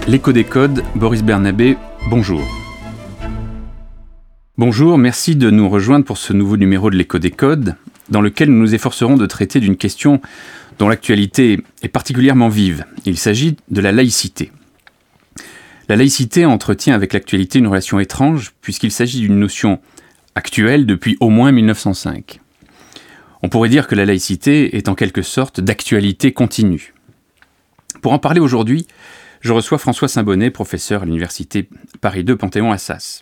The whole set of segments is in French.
L'écho des codes, Boris Bernabé, bonjour. Bonjour, merci de nous rejoindre pour ce nouveau numéro de l'écho des codes, dans lequel nous nous efforcerons de traiter d'une question dont l'actualité est particulièrement vive. Il s'agit de la laïcité. La laïcité entretient avec l'actualité une relation étrange, puisqu'il s'agit d'une notion actuelle depuis au moins 1905. On pourrait dire que la laïcité est en quelque sorte d'actualité continue. Pour en parler aujourd'hui, je reçois François Saint-Bonnet, professeur à l'université Paris II Panthéon-Assas.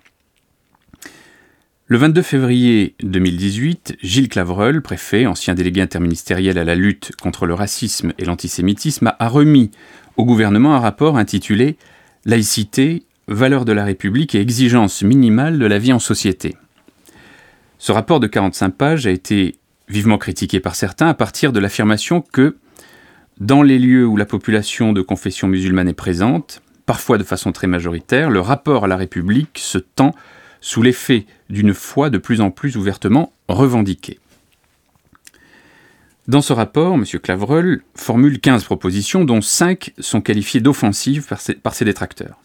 Le 22 février 2018, Gilles Clavreul, préfet, ancien délégué interministériel à la lutte contre le racisme et l'antisémitisme, a remis au gouvernement un rapport intitulé « Laïcité, valeurs de la République et exigences minimales de la vie en société ». Ce rapport de 45 pages a été vivement critiqué par certains à partir de l'affirmation que dans les lieux où la population de confession musulmane est présente, parfois de façon très majoritaire, le rapport à la République se tend sous l'effet d'une foi de plus en plus ouvertement revendiquée. Dans ce rapport, M. Clavreul formule 15 propositions, dont 5 sont qualifiées d'offensives par ses détracteurs.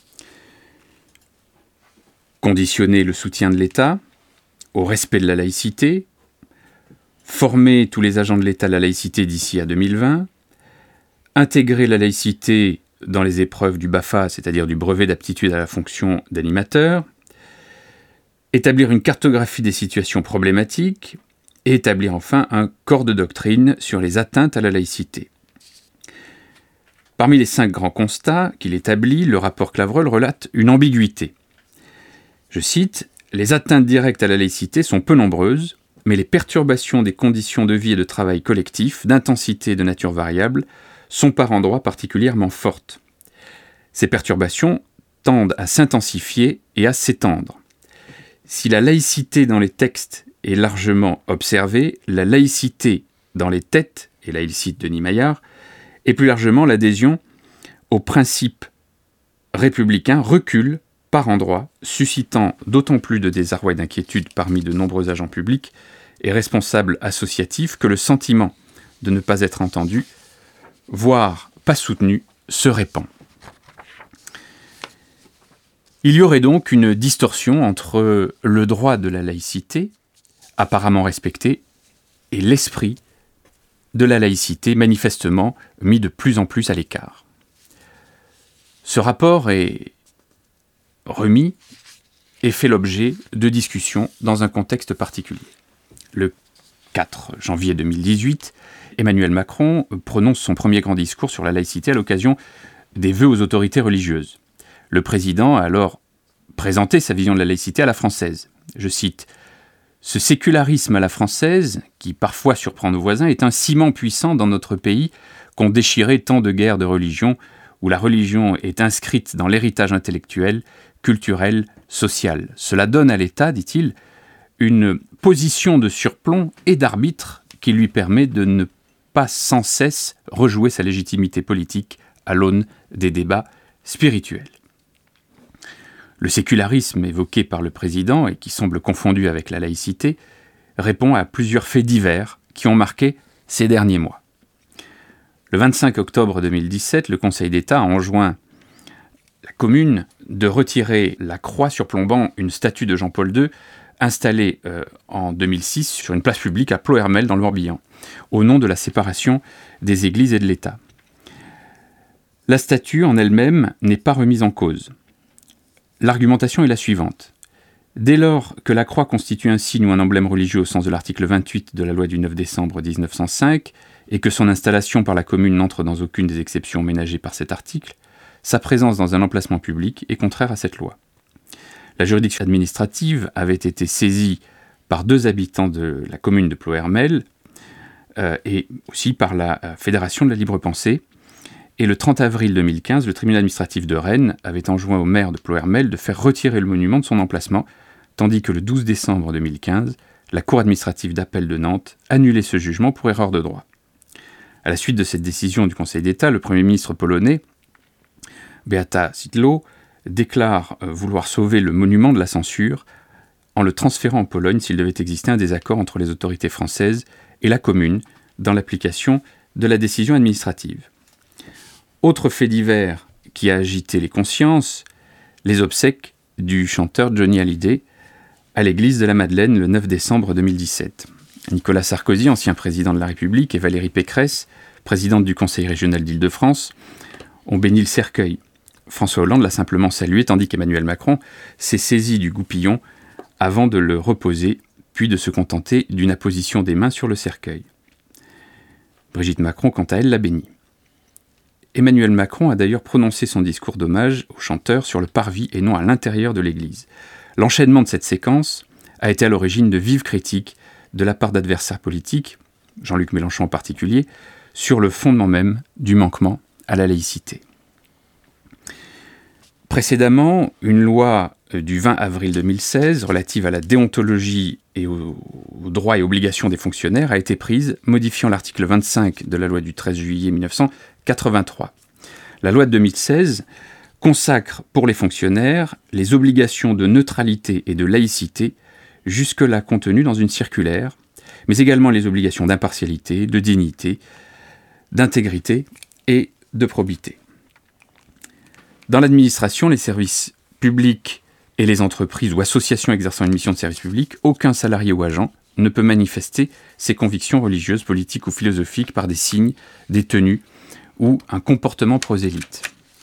Conditionner le soutien de l'État au respect de la laïcité, former tous les agents de l'État à la laïcité d'ici à 2020, intégrer la laïcité dans les épreuves du BAFA, c'est-à-dire du brevet d'aptitude à la fonction d'animateur, établir une cartographie des situations problématiques et établir enfin un corps de doctrine sur les atteintes à la laïcité. Parmi les 5 grands constats qu'il établit, le rapport Clavreul relate une ambiguïté. Je cite « Les atteintes directes à la laïcité sont peu nombreuses, mais les perturbations des conditions de vie et de travail collectif, d'intensité et de nature variable, sont par endroits particulièrement fortes. Ces perturbations tendent à s'intensifier et à s'étendre. Si la laïcité dans les textes est largement observée, la laïcité dans les têtes, et là il cite Denis Maillard, et plus largement l'adhésion aux principes républicains recule par endroits, suscitant d'autant plus de désarroi et d'inquiétude parmi de nombreux agents publics et responsables associatifs que le sentiment de ne pas être entendu, voire pas soutenu, se répand. Il y aurait donc une distorsion entre le droit de la laïcité, apparemment respecté, et l'esprit de la laïcité, manifestement mis de plus en plus à l'écart. Ce rapport est remis et fait l'objet de discussions dans un contexte particulier. Le 4 janvier 2018, Emmanuel Macron prononce son premier grand discours sur la laïcité à l'occasion des vœux aux autorités religieuses. Le président a alors présenté sa vision de la laïcité à la française. Je cite « Ce sécularisme à la française, qui parfois surprend nos voisins, est un ciment puissant dans notre pays qu'ont déchiré tant de guerres de religion, où la religion est inscrite dans l'héritage intellectuel, culturel, social. Cela donne à l'État, dit-il, une position de surplomb et d'arbitre qui lui permet de ne pas sans cesse rejouer sa légitimité politique à l'aune des débats spirituels. » Le sécularisme évoqué par le président et qui semble confondu avec la laïcité répond à plusieurs faits divers qui ont marqué ces derniers mois. Le 25 octobre 2017, le Conseil d'État a enjoint la commune de retirer la croix surplombant une statue de Jean-Paul II installée en 2006 sur une place publique à Ploërmel dans le Morbihan, au nom de la séparation des églises et de l'État. La statue en elle-même n'est pas remise en cause. L'argumentation est la suivante. Dès lors que la croix constitue un signe ou un emblème religieux au sens de l'article 28 de la loi du 9 décembre 1905 et que son installation par la commune n'entre dans aucune des exceptions ménagées par cet article, sa présence dans un emplacement public est contraire à cette loi. La juridiction administrative avait été saisie par 2 habitants de la commune de Ploërmel et aussi par la Fédération de la Libre Pensée. Et le 30 avril 2015, le tribunal administratif de Rennes avait enjoint au maire de Ploërmel de faire retirer le monument de son emplacement, tandis que le 12 décembre 2015, la Cour administrative d'appel de Nantes annulait ce jugement pour erreur de droit. À la suite de cette décision du Conseil d'État, le Premier ministre polonais, Beata Szydło, déclare vouloir sauver le monument de la censure en le transférant en Pologne s'il devait exister un désaccord entre les autorités françaises et la commune dans l'application de la décision administrative. Autre fait divers qui a agité les consciences, les obsèques du chanteur Johnny Hallyday à l'église de la Madeleine le 9 décembre 2017. Nicolas Sarkozy, ancien président de la République, et Valérie Pécresse, présidente du Conseil régional d'Île-de-France, ont béni le cercueil. François Hollande l'a simplement salué, tandis qu'Emmanuel Macron s'est saisi du goupillon avant de le reposer, puis de se contenter d'une apposition des mains sur le cercueil. Brigitte Macron, quant à elle, l'a béni. Emmanuel Macron a d'ailleurs prononcé son discours d'hommage au chanteur sur le parvis et non à l'intérieur de l'église. L'enchaînement de cette séquence a été à l'origine de vives critiques de la part d'adversaires politiques, Jean-Luc Mélenchon en particulier, sur le fondement même du manquement à la laïcité. Précédemment, une loi du 20 avril 2016 relative à la déontologie et aux droits et obligations des fonctionnaires a été prise, modifiant l'article 25 de la loi du 13 juillet 1983. La loi de 2016 consacre pour les fonctionnaires les obligations de neutralité et de laïcité, jusque-là contenues dans une circulaire, mais également les obligations d'impartialité, de dignité, d'intégrité et de probité. Dans l'administration, les services publics et les entreprises ou associations exerçant une mission de service public, aucun salarié ou agent ne peut manifester ses convictions religieuses, politiques ou philosophiques par des signes, des tenues ou un comportement prosélyte.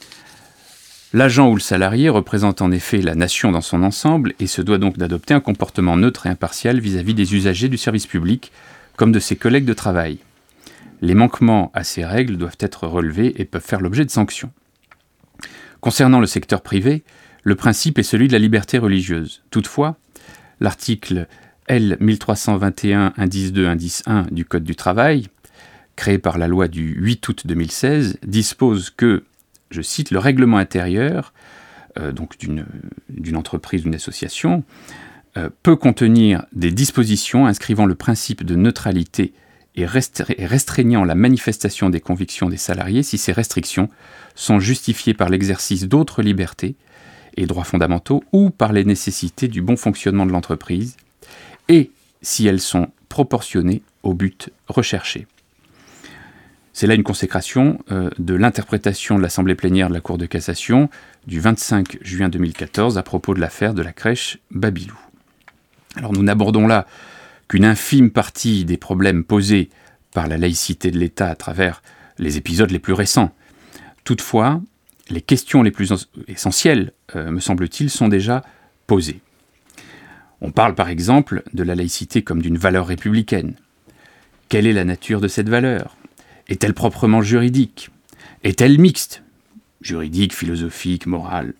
L'agent ou le salarié représente en effet la nation dans son ensemble et se doit donc d'adopter un comportement neutre et impartial vis-à-vis des usagers du service public comme de ses collègues de travail. Les manquements à ces règles doivent être relevés et peuvent faire l'objet de sanctions. Concernant le secteur privé, le principe est celui de la liberté religieuse. Toutefois, l'article L. 1321 indice 2 indice 1 du Code du travail, créé par la loi du 8 août 2016, dispose que, je cite, le règlement intérieur donc d'une entreprise ou d'une association peut contenir des dispositions inscrivant le principe de neutralité et restreignant la manifestation des convictions des salariés si ces restrictions sont justifiées par l'exercice d'autres libertés et droits fondamentaux ou par les nécessités du bon fonctionnement de l'entreprise et si elles sont proportionnées au but recherché. C'est là une consécration de l'interprétation de l'Assemblée plénière de la Cour de cassation du 25 juin 2014 à propos de l'affaire de la crèche Babilou. Alors nous n'abordons là qu'une infime partie des problèmes posés par la laïcité de l'État à travers les épisodes les plus récents. Toutefois, les questions les plus essentielles, me semble-t-il, sont déjà posées. On parle par exemple de la laïcité comme d'une valeur républicaine. Quelle est la nature de cette valeur ? Est-elle proprement juridique ? Est-elle mixte ? Juridique, philosophique, morale.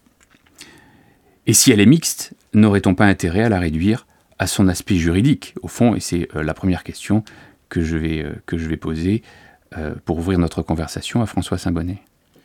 Et si elle est mixte, n'aurait-on pas intérêt à la réduire à son aspect juridique, au fond, et c'est la première question que je vais poser pour ouvrir notre conversation à François Saint-Bonnet.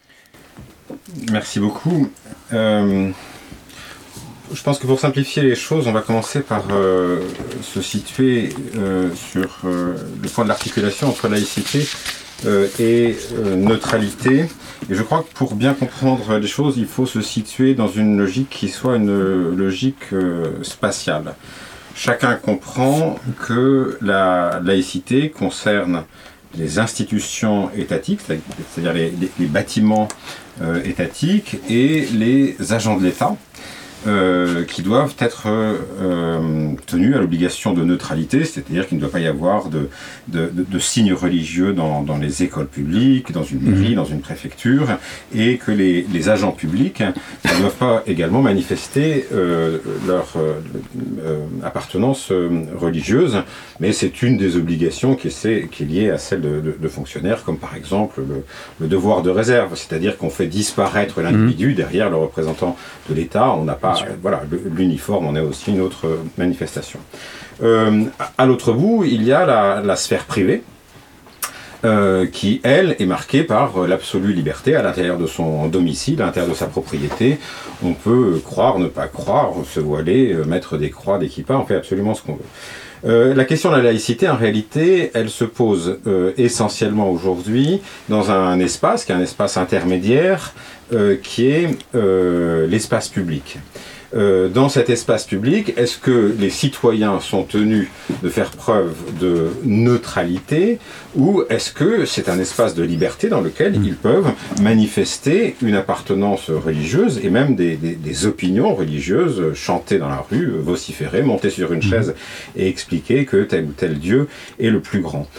Merci beaucoup. Je pense que pour simplifier les choses, on va commencer par se situer sur le point de l'articulation entre laïcité et neutralité. Et je crois que pour bien comprendre les choses, il faut se situer dans une logique qui soit une logique spatiale. Chacun comprend que la laïcité concerne les institutions étatiques, c'est-à-dire les bâtiments étatiques et les agents de l'État, qui doivent être tenus à l'obligation de neutralité, c'est-à-dire qu'il ne doit pas y avoir de signes religieux dans les écoles publiques, dans une mairie, dans une préfecture, et que les agents publics ne doivent pas également manifester leur appartenance religieuse, mais c'est une des obligations qui est liée à celle de fonctionnaires, comme par exemple le devoir de réserve, c'est-à-dire qu'on fait disparaître l'individu derrière le représentant de l'État. On n'a pas, voilà, l'uniforme en est aussi une autre manifestation. À l'autre bout, il y a la sphère privée, qui, elle, est marquée par l'absolue liberté à l'intérieur de son domicile, à l'intérieur de sa propriété. On peut croire, ne pas croire, se voiler, mettre des croix, des kippas, on fait absolument ce qu'on veut. La question de la laïcité, en réalité, elle se pose essentiellement aujourd'hui dans un espace qui est un espace intermédiaire, qui est l'espace public. Dans cet espace public, est-ce que les citoyens sont tenus de faire preuve de neutralité ou est-ce que c'est un espace de liberté dans lequel ils peuvent manifester une appartenance religieuse et même des opinions religieuses, chanter dans la rue, vociférer, monter sur une chaise et expliquer que tel ou tel Dieu est le plus grand.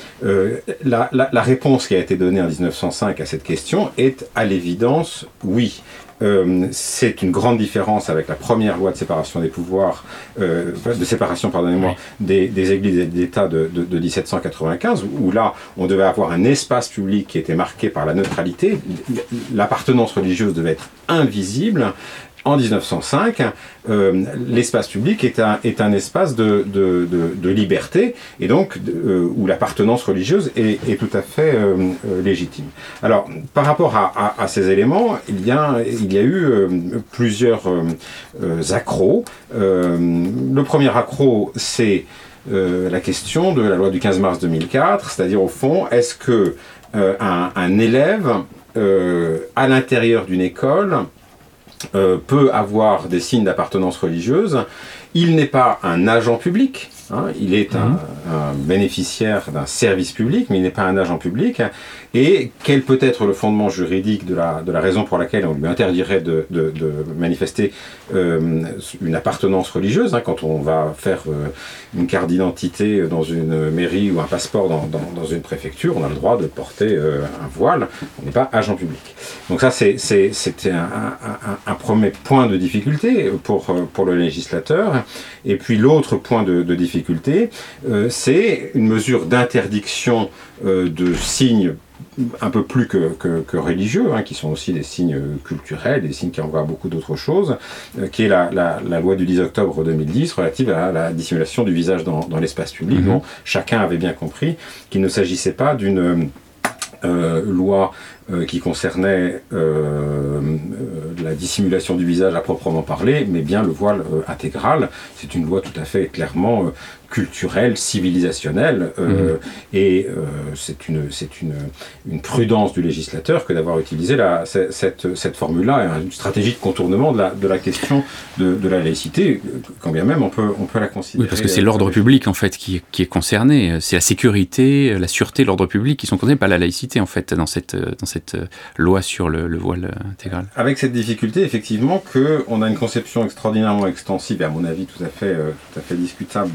La réponse qui a été donnée en 1905 à cette question est à l'évidence oui. C'est une grande différence avec la première loi de séparation des pouvoirs, de séparation, pardonnez-moi, des églises et de l'État de 1795, où là, on devait avoir un espace public qui était marqué par la neutralité. L'appartenance religieuse devait être invisible. En 1905, l'espace public est un espace de liberté et donc où l'appartenance religieuse est tout à fait légitime. Alors, par rapport à ces éléments, il y a eu plusieurs accros. Le premier accro, c'est la question de la loi du 15 mars 2004, c'est-à-dire au fond, est-ce que un élève à l'intérieur d'une école peut avoir des signes d'appartenance religieuse. Il n'est pas un agent public, hein, il est un bénéficiaire d'un service public, mais il n'est pas un agent public. Et quel peut être le fondement juridique de la raison pour laquelle on lui interdirait de manifester une appartenance religieuse, hein, quand on va faire une carte d'identité dans une mairie ou un passeport dans une préfecture, on a le droit de porter un voile, on n'est pas agent public. Donc ça, c'était un premier point de difficulté pour le législateur. Et puis l'autre point de difficulté, c'est une mesure d'interdiction de signes un peu plus que religieux, hein, qui sont aussi des signes culturels, des signes qui envoient beaucoup d'autres choses, qui est la loi du 10 octobre 2010 relative à la dissimulation du visage dans l'espace public, dont chacun avait bien compris qu'il ne s'agissait pas d'une loi qui concernait la dissimulation du visage à proprement parler, mais bien le voile intégral. C'est une loi tout à fait clairement culturelle, civilisationnelle, et c'est une prudence du législateur que d'avoir utilisé cette formule-là, une stratégie de contournement de la question de la laïcité, quand bien même on peut la considérer. Oui, parce que c'est l'ordre public en fait qui est concerné, c'est la sécurité, la sûreté, l'ordre public qui sont concernés, pas la laïcité en fait dans cette loi sur le voile intégral. Avec cette difficulté, effectivement, qu'on a une conception extraordinairement extensive et à mon avis tout à fait discutable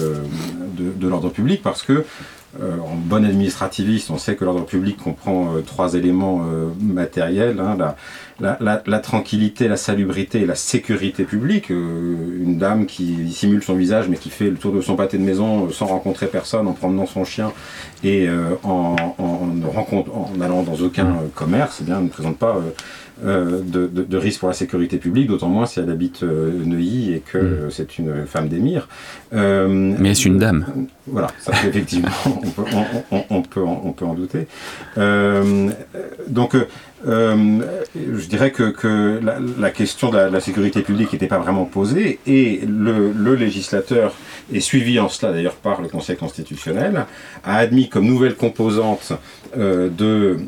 de l'ordre public, parce que en bon administrativiste, on sait que l'ordre public comprend trois éléments matériels, hein, la tranquillité, la salubrité et la sécurité publique. Une dame qui dissimule son visage mais qui fait le tour de son pâté de maison sans rencontrer personne, en promenant son chien et en allant dans aucun commerce, eh bien, ne présente pas de risque pour la sécurité publique, d'autant moins si elle habite Neuilly et que c'est une femme d'émir. Mais est-ce une dame ? Voilà, ça effectivement, on peut en douter. Donc, je dirais que la question de la sécurité publique n'était pas vraiment posée, et le législateur, et suivi en cela d'ailleurs par le Conseil constitutionnel, a admis comme nouvelle composante de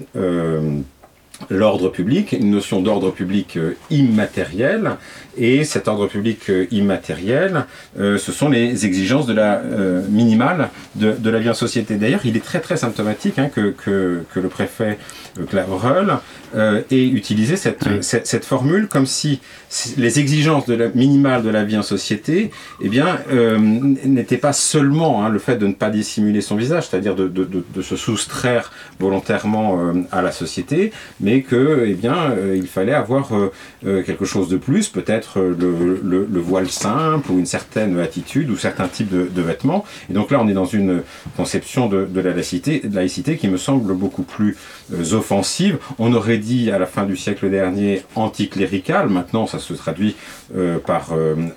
l'ordre public, une notion d'ordre public immatériel, et cet ordre public immatériel, ce sont les exigences minimales de la vie en société. D'ailleurs, il est très très symptomatique, hein, que le préfet Claverel ait utilisé cette formule comme si les exigences minimales de la vie en société, eh bien, n'étaient pas seulement, hein, le fait de ne pas dissimuler son visage, c'est-à-dire de se soustraire volontairement à la société, mais que, eh bien, il fallait avoir quelque chose de plus, peut-être le voile simple ou une certaine attitude ou certains types de vêtements. Et donc là, on est dans une conception de la laïcité qui me semble beaucoup plus offensive. On aurait dit à la fin du siècle dernier anticléricale. Maintenant, ça se traduit par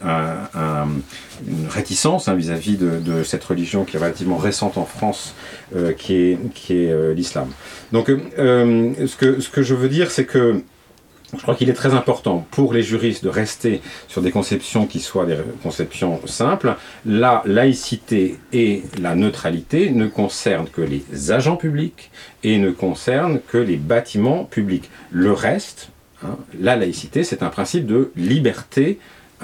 une réticence, hein, vis-à-vis de cette religion qui est relativement récente en France, qui est l'islam. Donc, ce que je veux dire, c'est que Je crois qu'il est très important pour les juristes de rester sur des conceptions qui soient des conceptions simples. La laïcité et la neutralité ne concernent que les agents publics et ne concernent que les bâtiments publics. Le reste, la laïcité, c'est un principe de liberté,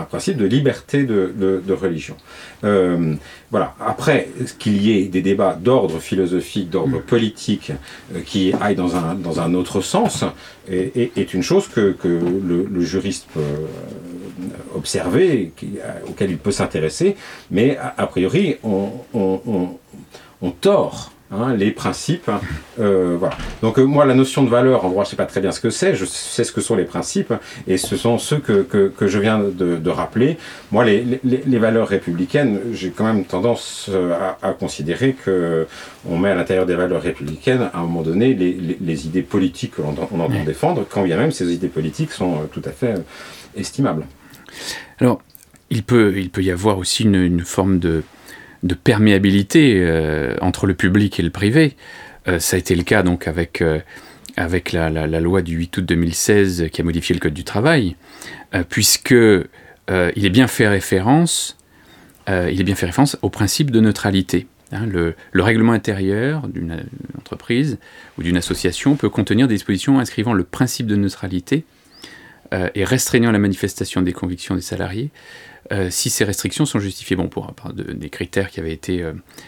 de religion. Voilà. Après, qu'il y ait des débats d'ordre philosophique, d'ordre politique, qui aillent dans un autre sens, est une chose que le juriste peut observer, auquel il peut s'intéresser, mais a priori, on tord les principes. Voilà. Donc moi, la notion de valeur, en droit, je ne sais pas très bien ce que c'est, je sais ce que sont les principes, et ce sont ceux que je viens de rappeler. Moi, les valeurs républicaines, j'ai quand même tendance à considérer qu'on met à l'intérieur des valeurs républicaines, à un moment donné, les idées politiques que l'on entend défendre, quand bien même ces idées politiques sont tout à fait estimables. Alors, il peut y avoir aussi une forme de perméabilité entre le public et le privé. Ça a été le cas donc avec la loi du 8 août 2016 qui a modifié le Code du travail, puisque il est bien fait référence au principe de neutralité. Le règlement intérieur d'une entreprise ou d'une association peut contenir des dispositions inscrivant le principe de neutralité et restreignant la manifestation des convictions des salariés, si ces restrictions sont justifiées, par des critères qui avaient été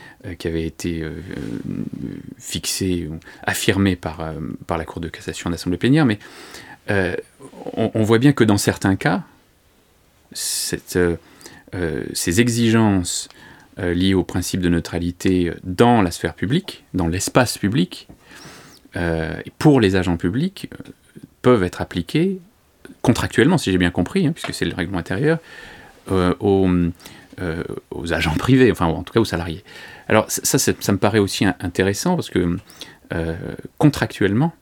fixés ou affirmés par la Cour de cassation en assemblée plénière, mais on voit bien que dans certains cas, ces exigences liées au principe de neutralité dans la sphère publique, dans l'espace public, pour les agents publics, peuvent être appliquées contractuellement, si j'ai bien compris, puisque c'est le règlement intérieur, aux agents privés, enfin en tout cas aux salariés. Alors ça me paraît aussi intéressant parce que contractuellement,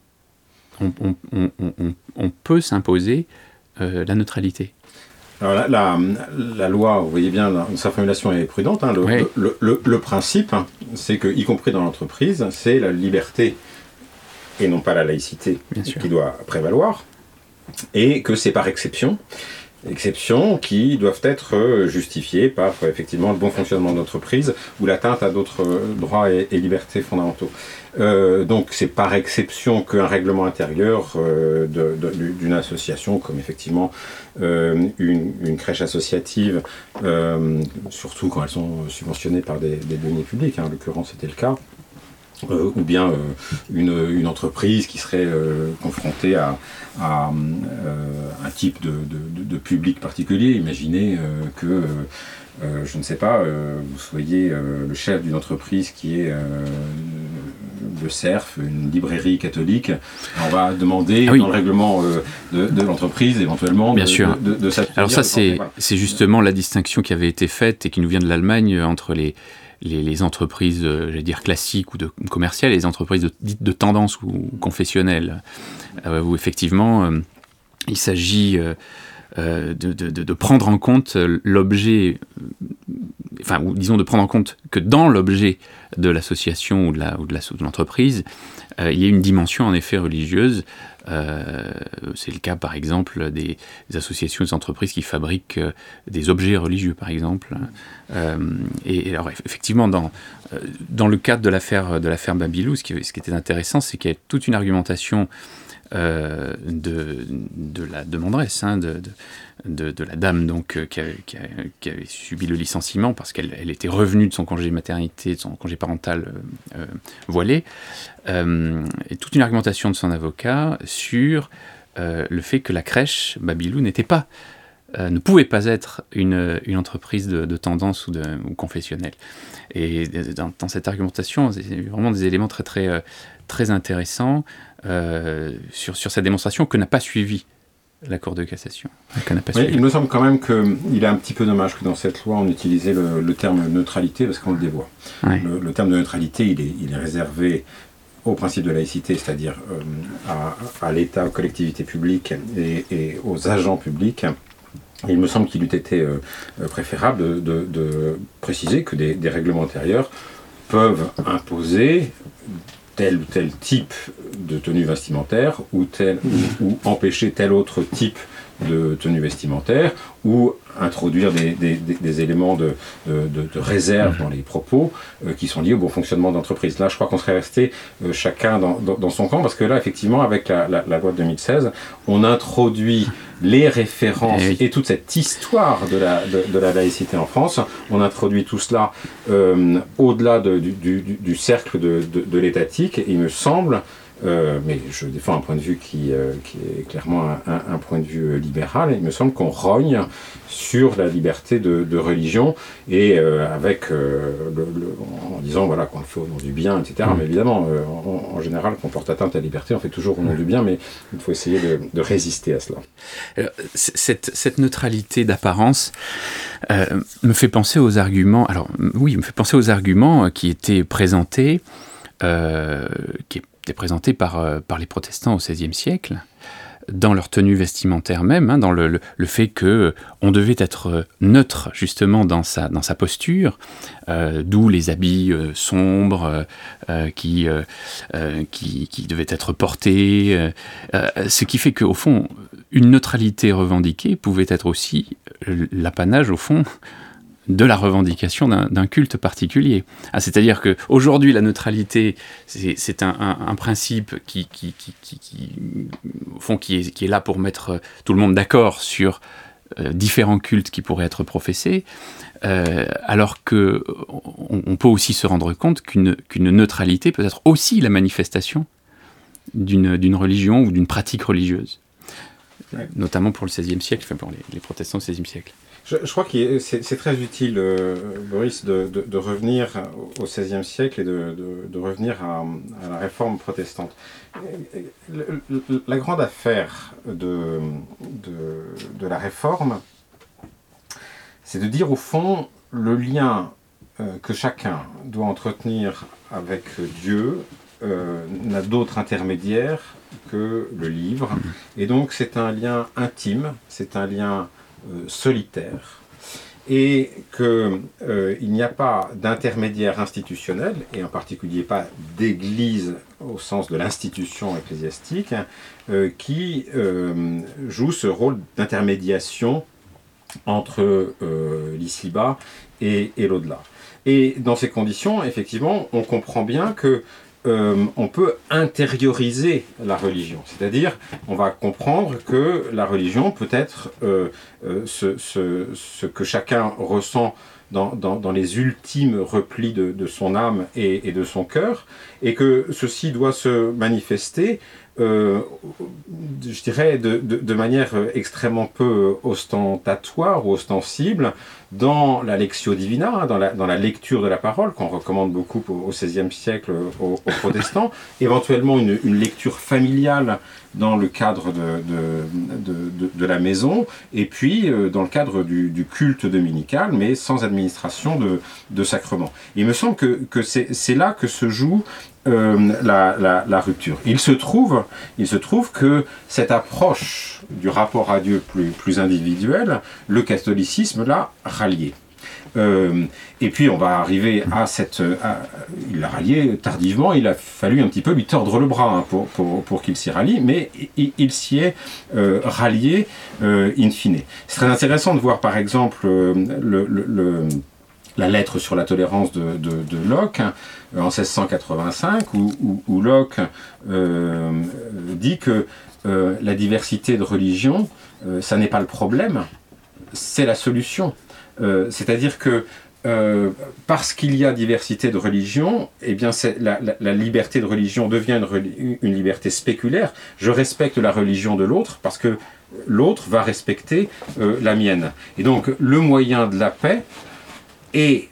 on peut s'imposer la neutralité. Alors la loi, vous voyez bien, sa formulation est prudente. Le principe, c'est que, y compris dans l'entreprise, c'est la liberté et non pas la laïcité qui doit prévaloir, et que c'est par exceptions qui doivent être justifiées par effectivement le bon fonctionnement de l'entreprise ou l'atteinte à d'autres droits et libertés fondamentaux. Donc c'est par exception qu'un règlement intérieur d'une association, comme effectivement une crèche associative, surtout quand elles sont subventionnées par des deniers publics, en l'occurrence c'était le cas, ou bien une entreprise qui serait confrontée à un type de public particulier. Imaginez que, je ne sais pas, vous soyez le chef d'une entreprise qui est le CERF, une librairie catholique. On va demander dans le règlement de l'entreprise éventuellement de s'abstenir. Alors ça, c'est justement la distinction qui avait été faite et qui nous vient de l'Allemagne entre les entreprises, j'allais dire classiques ou commerciales, et les entreprises dites de tendance ou confessionnelles, où effectivement il s'agit de prendre en compte l'objet, ou disons de prendre en compte que dans l'objet de l'association ou de l'entreprise, il y a une dimension en effet religieuse. C'est le cas par exemple des associations, des entreprises qui fabriquent des objets religieux par exemple. Et alors effectivement dans le cadre de l'affaire Babylou, ce qui était intéressant, c'est qu'il y a toute une argumentation de la demanderesse, de la dame donc qui avait subi le licenciement parce qu'elle était revenue de son congé maternité, de son congé parental voilé, et toute une argumentation de son avocat sur le fait que la crèche Babylou ne pouvait pas être une entreprise de tendance ou confessionnelle. Et dans cette argumentation, il y a vraiment des éléments très très très intéressants sur cette démonstration que n'a pas suivi la Cour de cassation. Il me semble quand même qu'il est un petit peu dommage que dans cette loi on utilisait le terme neutralité parce qu'on le dévoie. Ouais. Le terme de neutralité, il est réservé au principe de laïcité, c'est-à-dire à l'État, aux collectivités publiques et aux agents publics. Et il me semble qu'il eût été préférable de préciser que des règlements intérieurs peuvent imposer tel ou tel type de tenue vestimentaire ou empêcher tel autre type de tenue vestimentaire ou introduire des éléments de réserve dans les propos qui sont liés au bon fonctionnement d'entreprise. Là, je crois qu'on serait resté chacun dans son camp, parce que là, effectivement, avec la loi de 2016, on introduit les références et toute cette histoire de la laïcité en France. On introduit tout cela au-delà du cercle de l'étatique, et il me semble, mais je défends un point de vue qui est clairement un point de vue libéral, il me semble qu'on rogne sur la liberté de religion, et en disant voilà, qu'on le fait au nom du bien, etc. Mais évidemment, en général, qu'on porte atteinte à la liberté, on fait toujours au nom du bien, mais il faut essayer de résister à cela. Alors, cette neutralité d'apparence me fait penser aux arguments. Alors oui, me fait penser aux arguments qui étaient présentés, présentés par les protestants au XVIe siècle, dans leur tenue vestimentaire même, dans le fait qu'on devait être neutre justement dans sa posture, d'où les habits sombres qui devaient être portés, ce qui fait qu'au fond, une neutralité revendiquée pouvait être aussi l'apanage, au fond, de la revendication d'un culte particulier. C'est-à-dire qu'aujourd'hui, la neutralité, c'est un principe qui est là pour mettre tout le monde d'accord sur différents cultes qui pourraient être professés, alors qu'on peut aussi se rendre compte qu'une neutralité peut être aussi la manifestation d'une religion ou d'une pratique religieuse, notamment pour le XVIe siècle, enfin pour les protestants du XVIe siècle. Je crois que c'est très utile, Boris, de revenir au XVIe siècle et de revenir à la réforme protestante. La grande affaire de la réforme, c'est de dire au fond le lien que chacun doit entretenir avec Dieu n'a d'autre intermédiaire que le livre. Et donc c'est un lien intime, c'est un lien solitaire, et qu'il n'y a pas d'intermédiaire institutionnel, et en particulier pas d'église au sens de l'institution ecclésiastique, qui joue ce rôle d'intermédiation entre l'ici-bas et l'au-delà. Et dans ces conditions, effectivement, on comprend bien que on peut intérioriser la religion. C'est-à-dire, on va comprendre que la religion peut être ce que chacun ressent dans les ultimes replis de son âme et de son cœur, et que ceci doit se manifester, je dirais, de manière extrêmement peu ostentatoire ou ostensible, dans la lectio divina, dans la lecture de la parole, qu'on recommande beaucoup au XVIe siècle aux protestants, éventuellement une lecture familiale dans le cadre de la maison, et puis dans le cadre du culte dominical, mais sans administration de sacrement. Il me semble que c'est là que se joue la rupture. Il se trouve que cette approche du rapport à Dieu plus individuel, le catholicisme l'a rallié. Et puis on va arriver à il l'a rallié tardivement, il a fallu un petit peu lui tordre le bras pour qu'il s'y rallie, mais il s'y est rallié in fine. C'est très intéressant de voir par exemple la lettre sur la tolérance de Locke, en 1685, où Locke dit que la diversité de religion, ça n'est pas le problème, c'est la solution. C'est-à-dire que parce qu'il y a diversité de religion, eh bien la liberté de religion devient une liberté spéculaire. Je respecte la religion de l'autre parce que l'autre va respecter la mienne. Et donc le moyen de la paix est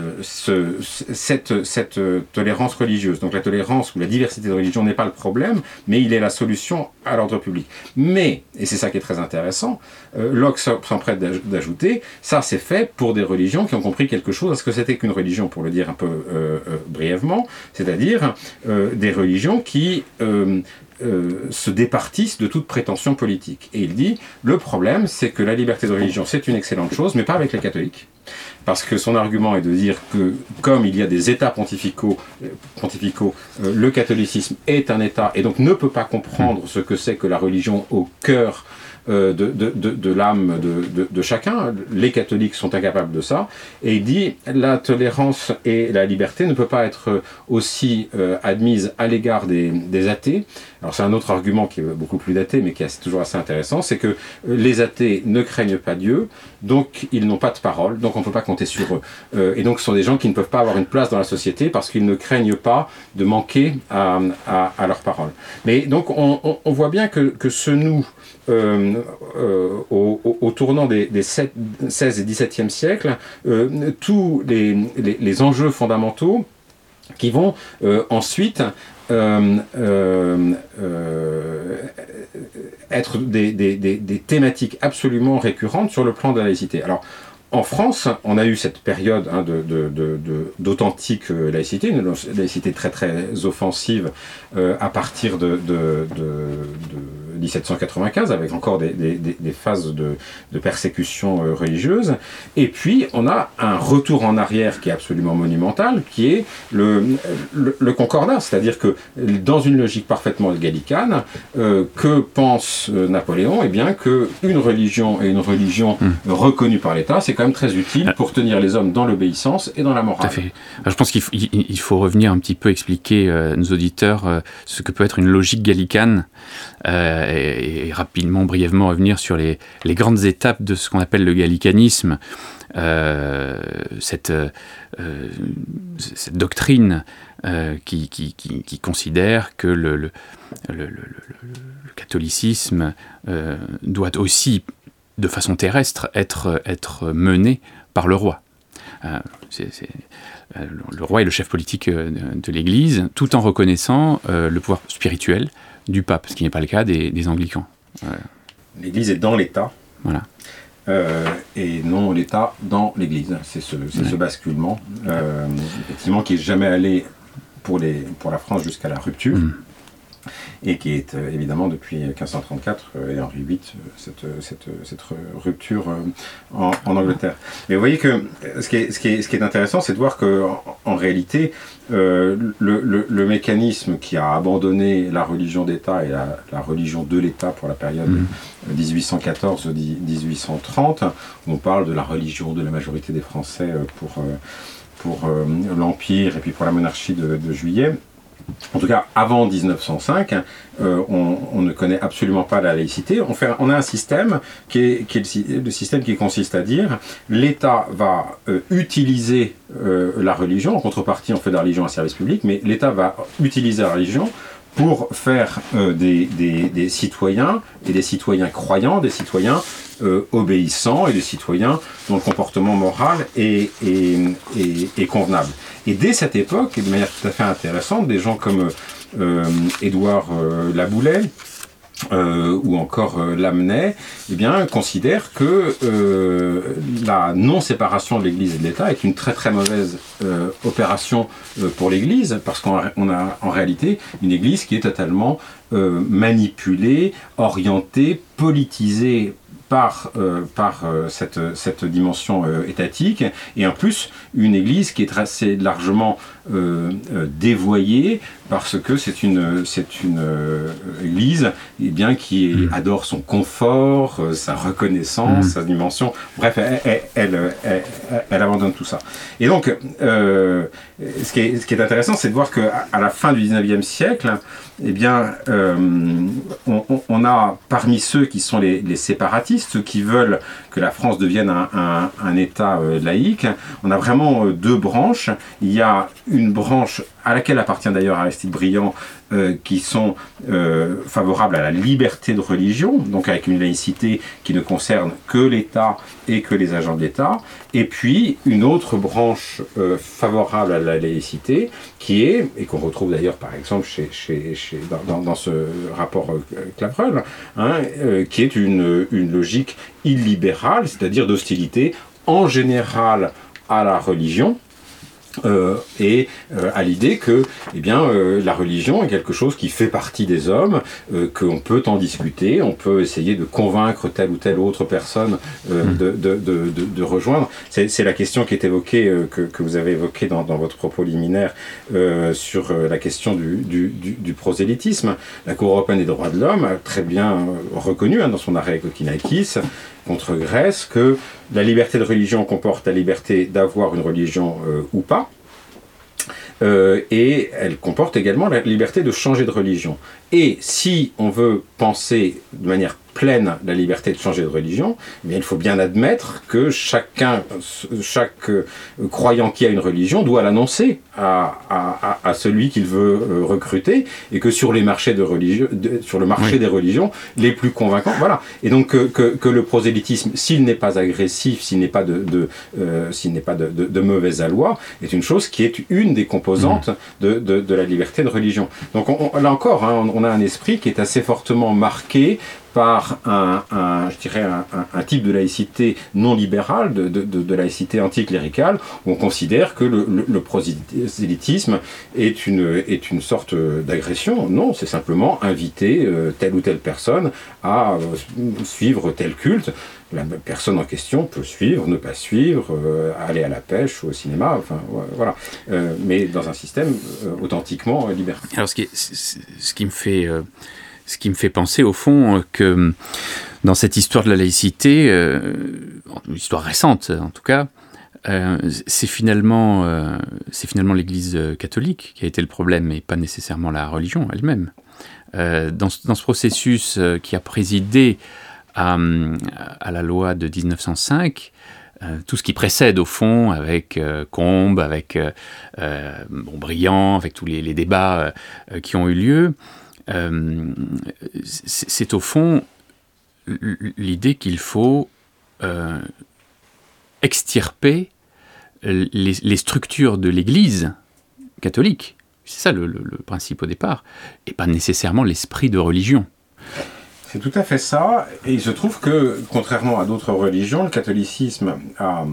cette tolérance religieuse. Donc la tolérance ou la diversité de religion n'est pas le problème, mais il est la solution à l'ordre public. Mais, et c'est ça qui est très intéressant, Locke s'emprête d'ajouter, ça c'est fait pour des religions qui ont compris quelque chose à ce que c'était qu'une religion, pour le dire un peu brièvement, c'est-à-dire des religions qui se départissent de toute prétention politique. Et il dit, le problème c'est que la liberté de religion c'est une excellente chose, mais pas avec les catholiques. parce que son argument est de dire que comme il y a des États pontificaux, le catholicisme est un État et donc ne peut pas comprendre ce que c'est que la religion au cœur de l'âme de chacun. Les catholiques sont incapables de ça. Et il dit la tolérance et la liberté ne peut pas être aussi admise à l'égard des athées. Alors c'est un autre argument qui est beaucoup plus daté, mais qui est toujours assez intéressant, c'est que les athées ne craignent pas Dieu, donc ils n'ont pas de parole, donc on ne peut pas compter sur eux. Et donc ce sont des gens qui ne peuvent pas avoir une place dans la société parce qu'ils ne craignent pas de manquer à leur parole. Mais donc on voit bien que ce nous, au tournant des 16 et 17e siècles, tous les enjeux fondamentaux qui vont ensuite être des thématiques absolument récurrentes sur le plan de la laïcité. Alors, en France, on a eu cette période d'authentique laïcité, une laïcité très très offensive à partir de 1795, avec encore des phases de persécution religieuse. Et puis, on a un retour en arrière qui est absolument monumental, qui est le concordat. C'est-à-dire que, dans une logique parfaitement gallicane, que pense Napoléon? Eh bien, qu'une religion et une religion reconnue par l'État, c'est quand même très utile pour tenir les hommes dans l'obéissance et dans la morale. Tout à fait. Alors, je pense qu'il faut revenir un petit peu expliquer à nos auditeurs ce que peut être une logique gallicane et rapidement, brièvement revenir sur les grandes étapes de ce qu'on appelle le gallicanisme, cette doctrine qui considère que le catholicisme doit aussi, de façon terrestre, être mené par le roi. Le roi est le chef politique de l'Église, tout en reconnaissant le pouvoir spirituel du pape, ce qui n'est pas le cas des anglicans. L'Église est dans l'État. Voilà. Et non l'État dans l'Église. C'est ce basculement, effectivement, qui n'est jamais allé pour la France jusqu'à la rupture, et qui est évidemment depuis 1534 et Henri VIII, cette rupture en Angleterre. Mais vous voyez que ce qui est intéressant, c'est de voir qu'en réalité, le mécanisme qui a abandonné la religion d'État et la religion de l'État pour la période 1814-1830, on parle de la religion de la majorité des Français pour l'Empire et puis pour la monarchie de Juillet. En tout cas, avant 1905, on ne connaît absolument pas la laïcité. On a un système qui est le système qui consiste à dire l'État va utiliser la religion, en contrepartie on fait de la religion un service public, mais l'État va utiliser la religion pour faire des citoyens, et des citoyens croyants, des citoyens obéissants, et des citoyens dont le comportement moral est convenable. Et dès cette époque, et de manière tout à fait intéressante, des gens comme Édouard Laboulaye, ou encore Lamennais, eh bien, considèrent que la non-séparation de l'Église et de l'État est une très très mauvaise opération pour l'Église, parce qu'on a en réalité une Église qui est totalement manipulée, orientée, politisée par cette dimension étatique, et en plus une Église qui est assez largement dévoyée, parce que c'est une Église qui adore son confort, sa reconnaissance, sa dimension, bref, elle abandonne tout ça. Et donc, ce qui est intéressant, c'est de voir qu'à la fin du 19e siècle, on a parmi ceux qui sont les séparatistes, ceux qui veulent que la France devienne un État laïque, on a vraiment deux branches. Il y a une branche à laquelle appartient d'ailleurs Aristide Briand, qui sont favorables à la liberté de religion, donc avec une laïcité qui ne concerne que l'État et que les agents de l'État, et puis une autre branche favorable à la laïcité, qui est, et qu'on retrouve d'ailleurs par exemple dans ce rapport Clavreul, qui est une logique illibérale, c'est-à-dire d'hostilité en général à la religion, à l'idée que la religion est quelque chose qui fait partie des hommes, qu'on peut en discuter, on peut essayer de convaincre telle ou telle autre personne de rejoindre. C'est la question qui est évoquée, que vous avez évoquée dans votre propos liminaire sur la question du prosélytisme. La Cour européenne des droits de l'homme a très bien reconnu dans son arrêt Kokinakis contre Grèce que la liberté de religion comporte la liberté d'avoir une religion ou pas, et elle comporte également la liberté de changer de religion. Et si on veut penser de manière pleine la liberté de changer de religion, mais il faut bien admettre que chaque croyant qui a une religion doit l'annoncer à celui qu'il veut recruter, et que sur les marchés sur le marché des religions les plus convaincants, voilà. Et donc que le prosélytisme, s'il n'est pas agressif, s'il n'est pas de mauvaise aloi, est une chose qui est une des composantes de la liberté de religion. Donc là encore, on a un esprit qui est assez fortement marqué par un type de laïcité non libérale, de laïcité anticléricale, où on considère que le prosélytisme est une sorte d'agression. Non, c'est simplement inviter telle ou telle personne à suivre tel culte. La personne en question peut suivre, ne pas suivre, aller à la pêche ou au cinéma, enfin voilà, mais dans un système authentiquement libéral. Alors ce qui me fait penser au fond que dans cette histoire de la laïcité, une histoire récente en tout cas, c'est finalement l'Église catholique qui a été le problème et pas nécessairement la religion elle-même. Dans ce processus qui a présidé à la loi de 1905, tout ce qui précède au fond avec Combes, avec Briand, avec tous les débats qui ont eu lieu, c'est au fond l'idée qu'il faut extirper les structures de l'Église catholique. C'est ça le principe au départ, et pas nécessairement l'esprit de religion. C'est tout à fait ça, et il se trouve que, contrairement à d'autres religions, le catholicisme a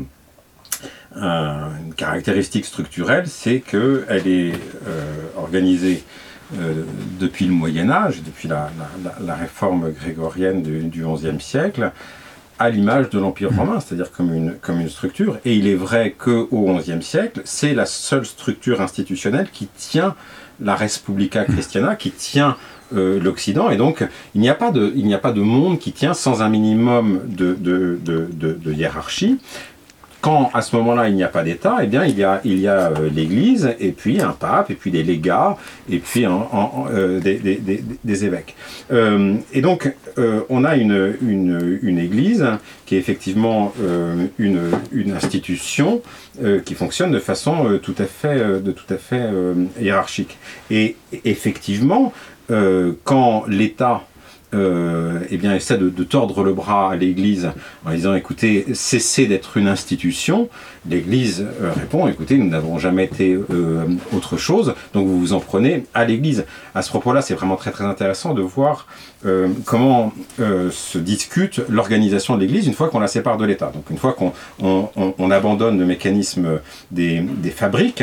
une caractéristique structurelle, c'est qu'elle est organisée depuis le Moyen-Âge, depuis la réforme grégorienne du XIe siècle, à l'image de l'Empire romain, c'est-à-dire comme une structure. Et il est vrai qu'au XIe siècle, c'est la seule structure institutionnelle qui tient la Respublica Christiana, qui tient l'Occident, et donc il n'y a pas de monde qui tient sans un minimum de hiérarchie. Quand à ce moment-là il n'y a pas d'État, eh bien il y a l'Église, et puis un pape, et puis des légats, et puis des évêques. Et donc on a une Église qui est effectivement une institution qui fonctionne de façon tout à fait hiérarchique. Et effectivement, quand l'État essaie de tordre le bras à l'Église en disant écoutez, cessez d'être une institution, l'Église répond écoutez, nous n'avons jamais été autre chose, donc vous vous en prenez à l'Église. À ce propos-là, c'est vraiment très très intéressant de voir comment se discute l'organisation de l'Église une fois qu'on la sépare de l'État. Donc une fois qu'on abandonne le mécanisme des fabriques,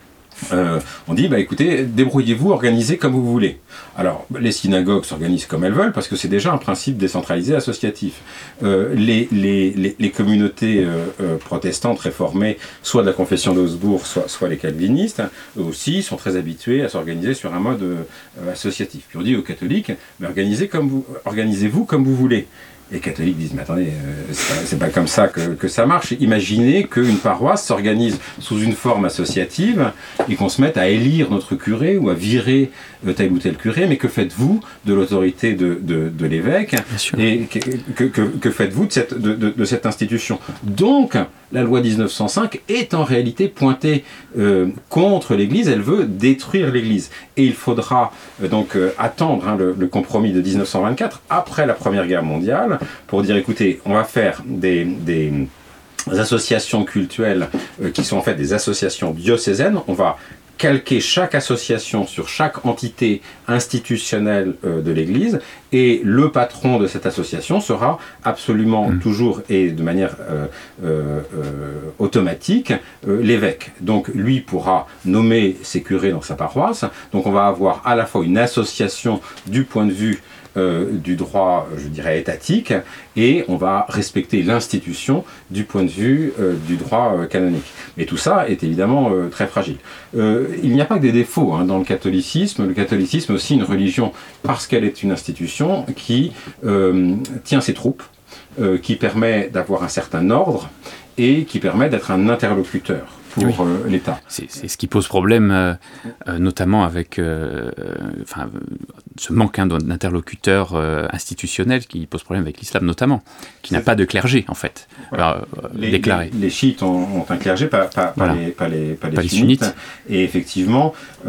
on dit, écoutez, débrouillez-vous, organisez comme vous voulez. Alors, les synagogues s'organisent comme elles veulent, parce que c'est déjà un principe décentralisé associatif. Les communautés protestantes réformées, soit de la confession d'Augsbourg, soit les calvinistes, eux aussi sont très habitués à s'organiser sur un mode associatif. Puis on dit aux catholiques, mais organisez-vous comme vous voulez. Les catholiques disent, mais attendez, c'est pas comme ça que ça marche. Imaginez qu'une paroisse s'organise sous une forme associative et qu'on se mette à élire notre curé ou à virer tel ou tel curé, mais que faites-vous de l'autorité de l'évêque? Et que faites-vous de cette institution? Donc, la loi 1905 est en réalité pointée contre l'Église, elle veut détruire l'Église. Et il faudra donc attendre le compromis de 1924, après la Première Guerre mondiale, pour dire écoutez, on va faire des associations cultuelles qui sont en fait des associations diocésaines, on va calquer chaque association sur chaque entité institutionnelle de l'Église, et le patron de cette association sera absolument toujours et de manière automatique l'évêque. Donc lui pourra nommer ses curés dans sa paroisse. Donc on va avoir à la fois une association du point de vue du droit, je dirais, étatique, et on va respecter l'institution du point de vue du droit canonique. Mais tout ça est évidemment très fragile. Il n'y a pas que des défauts dans le catholicisme. Le catholicisme est aussi une religion, parce qu'elle est une institution qui tient ses troupes, qui permet d'avoir un certain ordre, et qui permet d'être un interlocuteur pour l'État. C'est ce qui pose problème, notamment avec ce manque d'interlocuteurs institutionnels qui pose problème avec l'islam notamment, qui n'a pas de clergé en fait, déclaré. Les chiites ont un clergé, pas les sunnites. Et effectivement,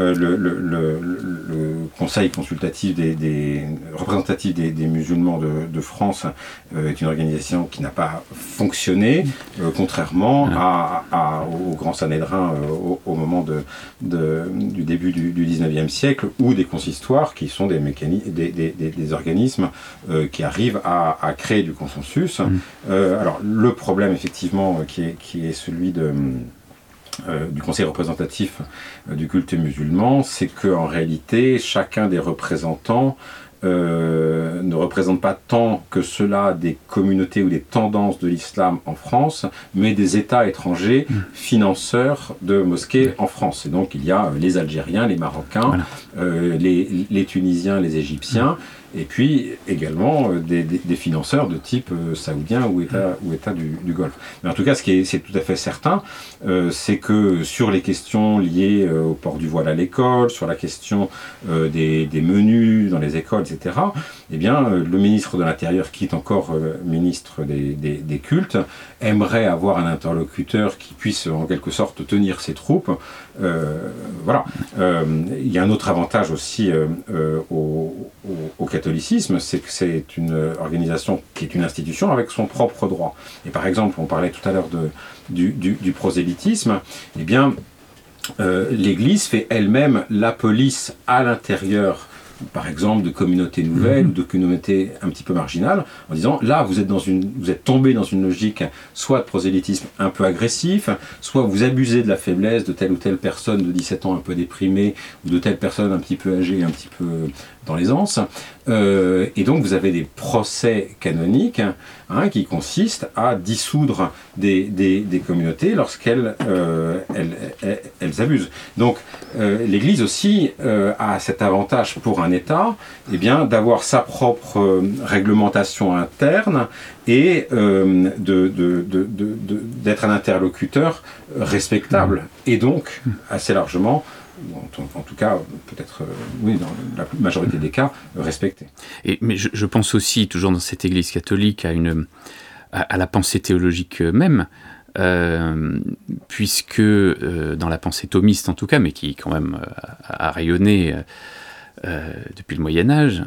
le conseil consultatif représentatif des musulmans de France est une organisation qui n'a pas fonctionné, contrairement au grand Sanhédrin au moment du début du 19e siècle, ou des consistoires qui sont des organismes qui arrivent à créer du consensus. Alors le problème effectivement qui est celui du conseil représentatif du culte musulman, c'est qu'en réalité chacun des représentants ne représente pas tant que cela des communautés ou des tendances de l'islam en France, mais des États étrangers financeurs de mosquées en France. Et donc il y a les Algériens, les Marocains, les Tunisiens, les Égyptiens, et puis également des financeurs de type saoudien ou État du Golfe. Mais en tout cas, c'est tout à fait certain, c'est que sur les questions liées au port du voile à l'école, sur la question des menus dans les écoles, etc., eh bien, le ministre de l'Intérieur, qui est encore ministre des cultes, aimerait avoir un interlocuteur qui puisse en quelque sorte tenir ses troupes. Voilà. Il y a un autre avantage aussi au catholicisme, c'est que c'est une organisation qui est une institution avec son propre droit. Et par exemple, on parlait tout à l'heure du prosélytisme, eh bien, l'Église fait elle-même la police à l'intérieur, par exemple, de communautés nouvelles, ou de communautés un petit peu marginales, en disant, là, vous êtes tombé dans une logique soit de prosélytisme un peu agressif, soit vous abusez de la faiblesse de telle ou telle personne de 17 ans un peu déprimée, ou de telle personne un petit peu âgée, un petit peu dans l'aisance. Et donc, vous avez des procès canoniques qui consistent à dissoudre des communautés lorsqu'elles elles abusent. Donc, l'Église aussi a cet avantage pour un État, eh bien, d'avoir sa propre réglementation interne et d'être un interlocuteur respectable, et donc, assez largement, en tout cas, peut-être, oui, dans la majorité des cas, respecté. Mais je pense aussi, toujours dans cette Église catholique, à la pensée théologique même, puisque dans la pensée thomiste en tout cas, mais qui quand même a rayonné depuis le Moyen-Âge,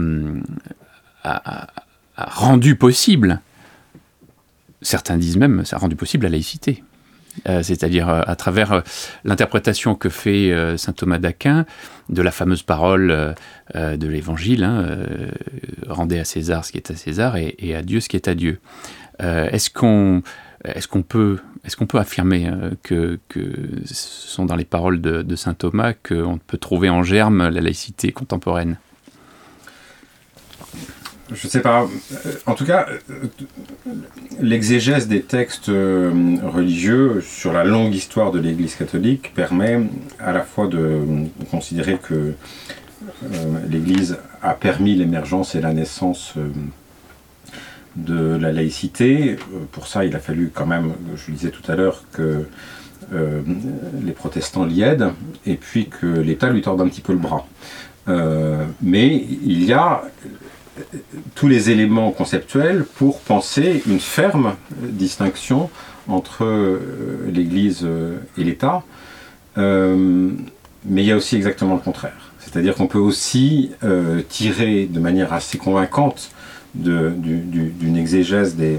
a rendu possible, certains disent même, ça a rendu possible la laïcité. C'est-à-dire à travers l'interprétation que fait saint Thomas d'Aquin de la fameuse parole de l'Évangile, rendez à César ce qui est à César et à Dieu ce qui est à Dieu. Est-ce qu'on peut affirmer que ce sont dans les paroles de saint Thomas qu'on peut trouver en germe la laïcité contemporaine ? Je ne sais pas. En tout cas, l'exégèse des textes religieux sur la longue histoire de l'Église catholique permet à la fois de considérer que l'Église a permis l'émergence et la naissance de la laïcité. Pour ça, il a fallu quand même, je le disais tout à l'heure, que les protestants l'y aident et puis que l'État lui torde un petit peu le bras. Mais il y a tous les éléments conceptuels pour penser une ferme distinction entre l'Église et l'État, mais il y a aussi exactement le contraire. C'est-à-dire qu'on peut aussi tirer de manière assez convaincante d'une exégèse des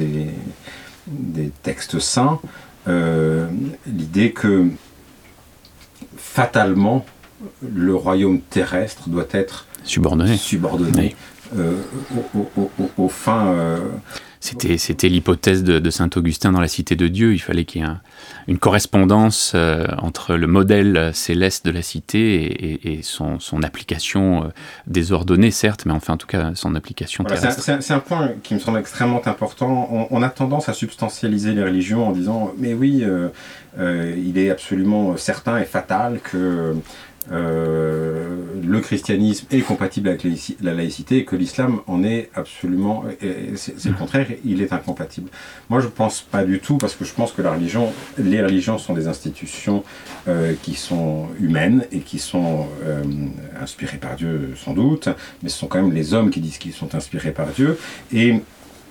textes saints l'idée que fatalement le royaume terrestre doit être subordonné aux fins c'était l'hypothèse de saint Augustin dans la Cité de Dieu. Il fallait qu'il y ait une correspondance entre le modèle céleste de la cité et son application désordonnée, certes, mais enfin en tout cas son application terrestre. C'est un point qui me semble extrêmement important. On a tendance à substantialiser les religions en disant mais oui, il est absolument certain et fatal que le christianisme est compatible avec la laïcité et que l'islam en est absolument, c'est le contraire, il est incompatible. Moi je pense pas du tout, parce que je pense que les religions sont des institutions qui sont humaines et qui sont inspirées par Dieu sans doute, mais ce sont quand même les hommes qui disent qu'ils sont inspirés par Dieu, et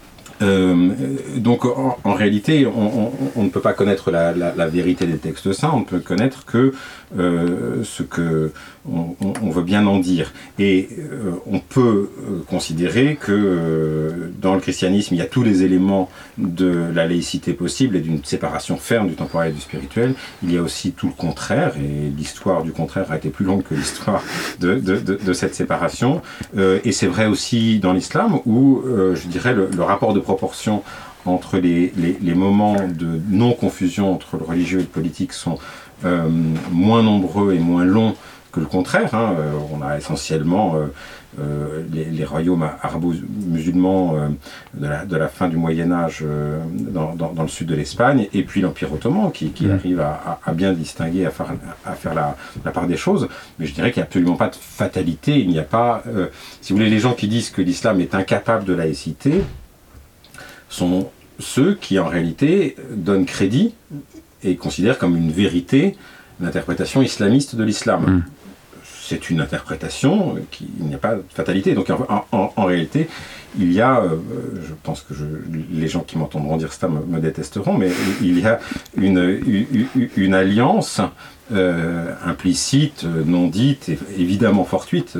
donc en réalité on ne peut pas connaître la vérité des textes saints, on ne peut connaître que ce que on veut bien en dire, et on peut considérer que dans le christianisme il y a tous les éléments de la laïcité possible et d'une séparation ferme du temporel et du spirituel. Il y a aussi tout le contraire, et l'histoire du contraire a été plus longue que l'histoire de cette séparation, et c'est vrai aussi dans l'islam où je dirais le rapport de proportion entre les moments de non-confusion entre le religieux et le politique sont moins nombreux et moins longs que le contraire. On a essentiellement les royaumes arabo-musulmans de la fin du Moyen-Âge dans le sud de l'Espagne, et puis l'Empire ottoman qui arrive à bien distinguer, à faire la part des choses. Mais je dirais qu'il n'y a absolument pas de fatalité. Il n'y a pas, si vous voulez, les gens qui disent que l'islam est incapable de laïcité sont ceux qui en réalité donnent crédit et considèrent comme une vérité l'interprétation islamiste de l'islam. C'est une interprétation, il n'y a pas de fatalité. Donc en réalité, il y a, je pense que les gens qui m'entendront dire ça me détesteront, mais il y a une alliance implicite, non dite, évidemment fortuite,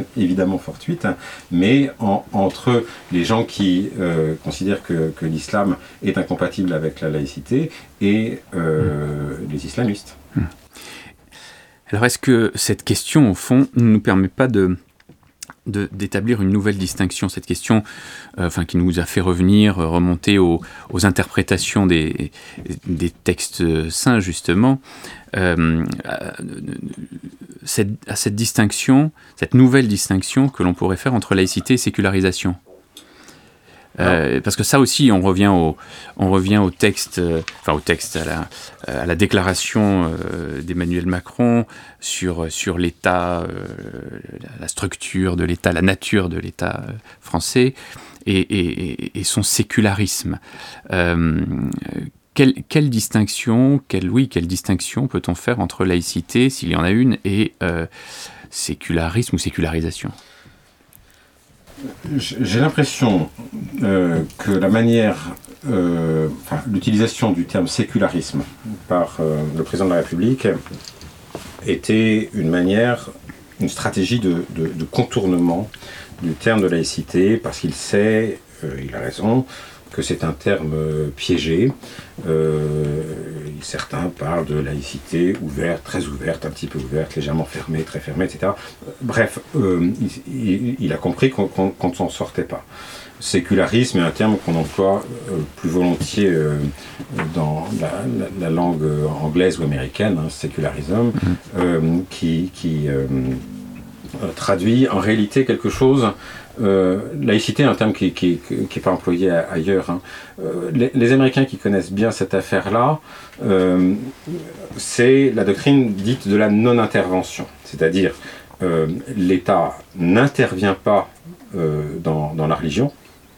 mais entre les gens qui considèrent que l'islam est incompatible avec la laïcité et les islamistes. Alors est-ce que cette question, au fond, ne nous permet pas d'établir une nouvelle distinction, cette question qui nous a fait remonter aux interprétations des textes saints, justement, à cette distinction, cette nouvelle distinction que l'on pourrait faire entre laïcité et sécularisation. Parce que ça aussi, on revient au texte, à la déclaration d'Emmanuel Macron sur l'État, la structure de l'État, la nature de l'État français et son sécularisme. Quelle distinction peut-on faire entre laïcité, s'il y en a une, et sécularisme ou sécularisation ? J'ai l'impression que la manière, l'utilisation du terme sécularisme par le président de la République était une stratégie de contournement du terme de laïcité, parce qu'il sait, il a raison, que c'est un terme piégé. Certains parlent de laïcité ouverte, très ouverte, un petit peu ouverte, légèrement fermée, très fermée, etc. Bref, il a compris qu'on ne s'en sortait pas. Sécularisme est un terme qu'on emploie plus volontiers dans la langue anglaise ou américaine, secularism, qui traduit en réalité quelque chose. Laïcité est un terme qui n'est pas employé ailleurs. Les Américains qui connaissent bien cette affaire-là, c'est la doctrine dite de la non-intervention. C'est-à-dire, l'État n'intervient pas dans la religion.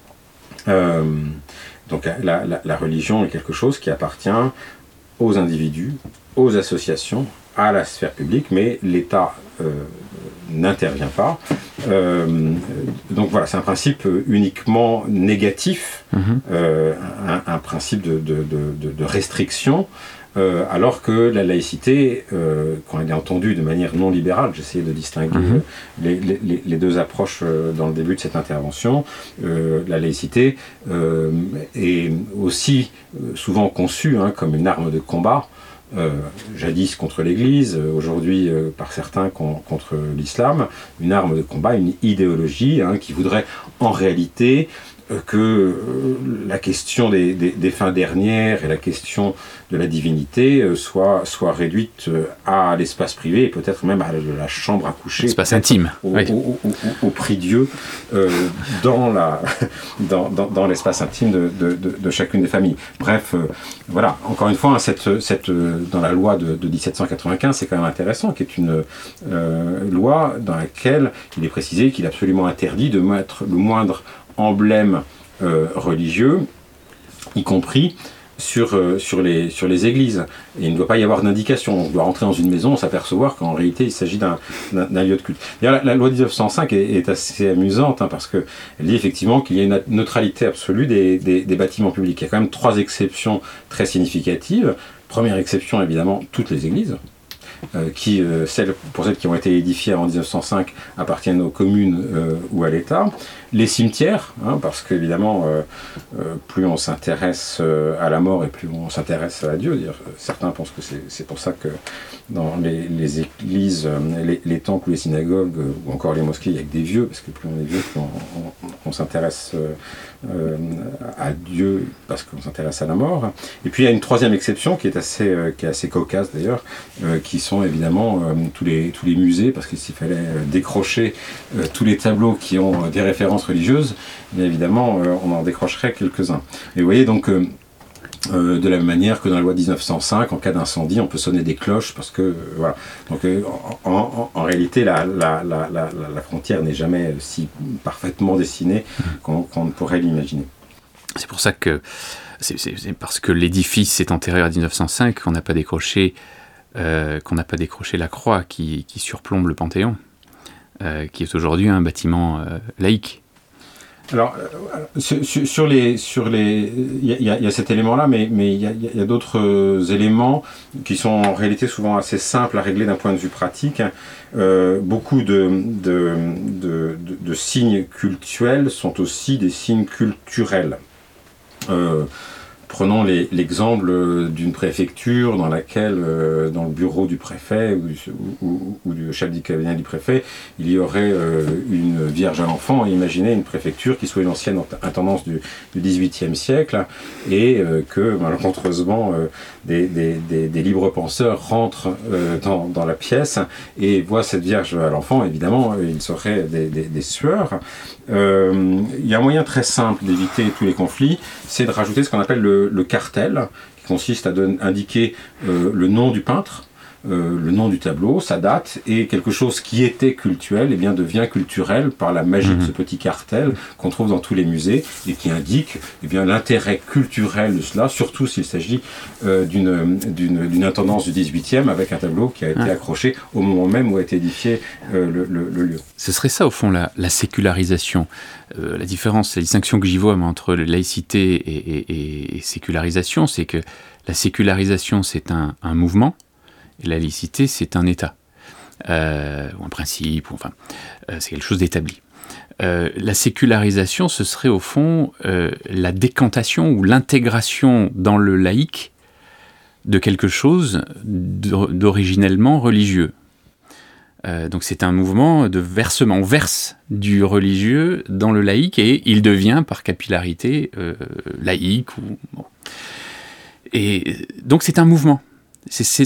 Donc la religion est quelque chose qui appartient aux individus, aux associations, à la sphère publique, mais l'État n'intervient pas. Donc voilà, c'est un principe uniquement négatif, un principe de restriction, alors que la laïcité, quand elle est entendue de manière non libérale, j'essayais de distinguer les deux approches dans le début de cette intervention, la laïcité est aussi souvent conçue comme une arme de combat, jadis contre l'Église, aujourd'hui par certains contre l'islam, une arme de combat, une idéologie qui voudrait en réalité la question des fins dernières et la question de la divinité soit réduite à l'espace privé et peut-être même à la chambre à coucher. L'espace intime. Au prix Dieu dans l'espace intime de chacune des familles. Bref, voilà, encore une fois, dans la loi de 1795, c'est quand même intéressant, qui est une loi dans laquelle il est précisé qu'il est absolument interdit de mettre le moindre emblème religieux, y compris sur les églises. Et il ne doit pas y avoir d'indication. On doit rentrer dans une maison, s'apercevoir qu'en réalité, il s'agit d'un lieu de culte. D'ailleurs, la loi 1905 est assez amusante, parce qu'elle dit effectivement qu'il y a une neutralité absolue des bâtiments publics. Il y a quand même 3 exceptions très significatives. Première exception, évidemment, toutes les églises. Pour celles qui ont été édifiées en 1905 appartiennent aux communes ou à l'État. Les cimetières, parce qu'évidemment, plus on s'intéresse à la mort et plus on s'intéresse à Dieu. Certains pensent que c'est pour ça que dans les églises, les temples ou les synagogues, ou encore les mosquées, il n'y a que des vieux, parce que plus on est vieux, plus on s'intéresse à Dieu, parce qu'on s'intéresse à la mort. Et puis il y a une 3e exception qui est assez cocasse d'ailleurs, qui sont évidemment tous les musées, parce que s'il fallait décrocher tous les tableaux qui ont des références religieuses, bien évidemment on en décrocherait quelques-uns. Et vous voyez donc de la même manière que dans la loi 1905, en cas d'incendie, on peut sonner des cloches, parce que voilà. Donc en réalité, la frontière n'est jamais si parfaitement dessinée qu'on ne pourrait l'imaginer. C'est pour ça que c'est parce que l'édifice s'est enterré en 1905 qu'on n'a pas décroché la croix qui surplombe le Panthéon, qui est aujourd'hui un bâtiment laïque. Alors, il y a cet élément-là, mais il y a d'autres éléments qui sont en réalité souvent assez simples à régler d'un point de vue pratique. Beaucoup de signes cultuels sont aussi des signes culturels. Prenons l'exemple d'une préfecture dans laquelle, dans le bureau du préfet ou du chef du cabinet du préfet, il y aurait une Vierge à l'enfant. Imaginez une préfecture qui soit une ancienne intendance du XVIIIe siècle et que, malencontreusement, des libres penseurs rentrent dans la pièce et voient cette Vierge à l'enfant. Évidemment, il serait des sueurs. Il y a un moyen très simple d'éviter tous les conflits, c'est de rajouter ce qu'on appelle le cartel, qui consiste à indiquer le nom du peintre, le nom du tableau, sa date, et quelque chose qui était cultuel devient culturel par la magie de ce petit cartel qu'on trouve dans tous les musées et qui indique l'intérêt culturel de cela, surtout s'il s'agit d'une intendance du 18e avec un tableau qui a été accroché au moment même où a été édifié le lieu. Ce serait ça au fond la sécularisation. La distinction que j'y vois entre laïcité et sécularisation, c'est que la sécularisation c'est un mouvement, et la laïcité, c'est un état, ou un principe, c'est quelque chose d'établi. La sécularisation, ce serait au fond la décantation ou l'intégration dans le laïque de quelque chose d'originellement religieux. Donc c'est un mouvement de versement. On verse du religieux dans le laïque et il devient par capillarité laïque. Et donc c'est un mouvement. C'est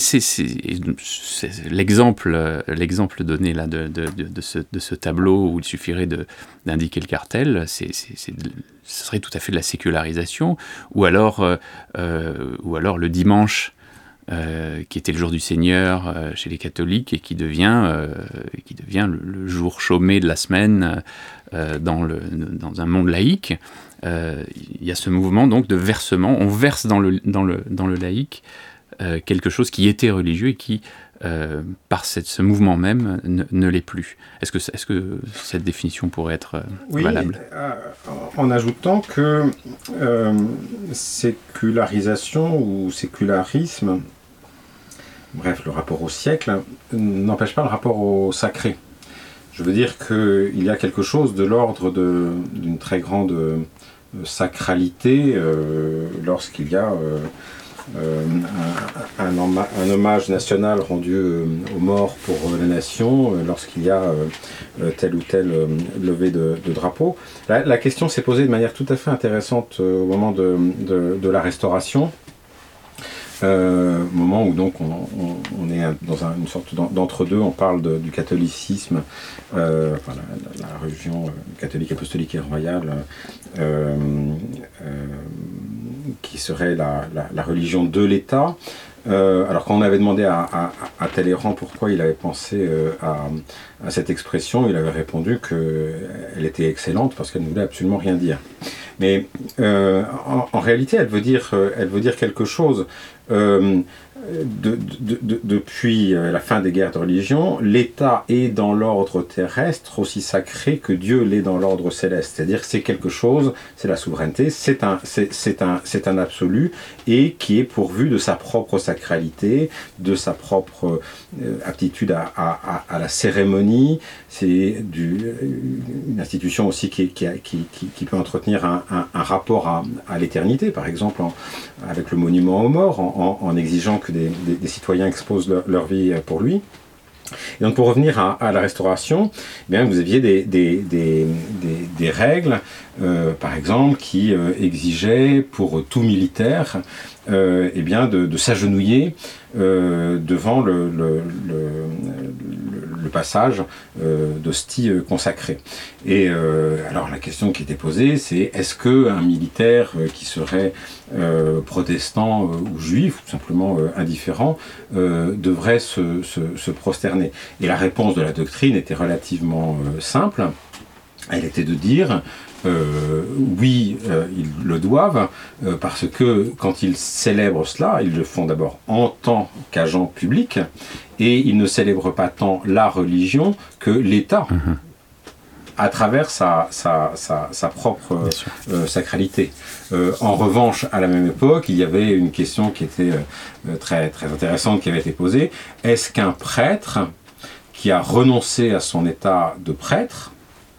l'exemple donné là de ce tableau où il suffirait d'indiquer le cartel, ce serait tout à fait de la sécularisation, ou alors le dimanche qui était le jour du Seigneur chez les catholiques et qui devient le jour chômé de la semaine dans un monde laïque. Il y a ce mouvement donc de versement, on verse dans le laïque quelque chose qui était religieux et qui, par ce mouvement même, ne l'est plus. Est-ce que cette définition pourrait être valable ? En ajoutant que sécularisation ou sécularisme, bref, le rapport au siècle, n'empêche pas le rapport au sacré. Je veux dire qu'il y a quelque chose de l'ordre d'une très grande sacralité lorsqu'il y a un hommage national rendu aux morts pour la nation lorsqu'il y a telle ou telle levée de drapeau. La question s'est posée de manière tout à fait intéressante au moment de la Restauration. Moment où donc on est dans une sorte d'entre-deux, on parle du catholicisme, la religion catholique, apostolique et royale, qui serait la religion de l'État. Alors quand on avait demandé à Talleyrand pourquoi il avait pensé à cette expression, il avait répondu qu'elle était excellente parce qu'elle ne voulait absolument rien dire. Mais en réalité, elle veut dire quelque chose. Depuis la fin des guerres de religion, l'État est dans l'ordre terrestre aussi sacré que Dieu l'est dans l'ordre céleste. C'est-à-dire que c'est quelque chose, c'est la souveraineté, c'est un absolu et qui est pourvu de sa propre sacralité, de sa propre aptitude à la cérémonie. C'est une institution aussi qui peut entretenir un rapport à l'éternité, par exemple avec le monument aux morts, en exigeant que des citoyens exposent leur vie pour lui. Et donc pour revenir à la Restauration, eh bien, vous aviez des règles, par exemple, qui exigeaient pour tout militaire eh bien, de s'agenouiller devant le passage d'hostie consacrée. Et alors la question qui était posée, c'est est-ce qu'un militaire qui serait protestant ou juif, ou tout simplement indifférent, devrait se prosterner? Et la réponse de la doctrine était relativement simple. Elle était de dire oui, ils le doivent, parce que quand ils célèbrent cela, ils le font d'abord en tant qu'agent public, et ils ne célèbrent pas tant la religion que l'État, à travers sa propre sacralité. En revanche, à la même époque, il y avait une question qui était très, très intéressante qui avait été posée. Est-ce qu'un prêtre qui a renoncé à son état de prêtre,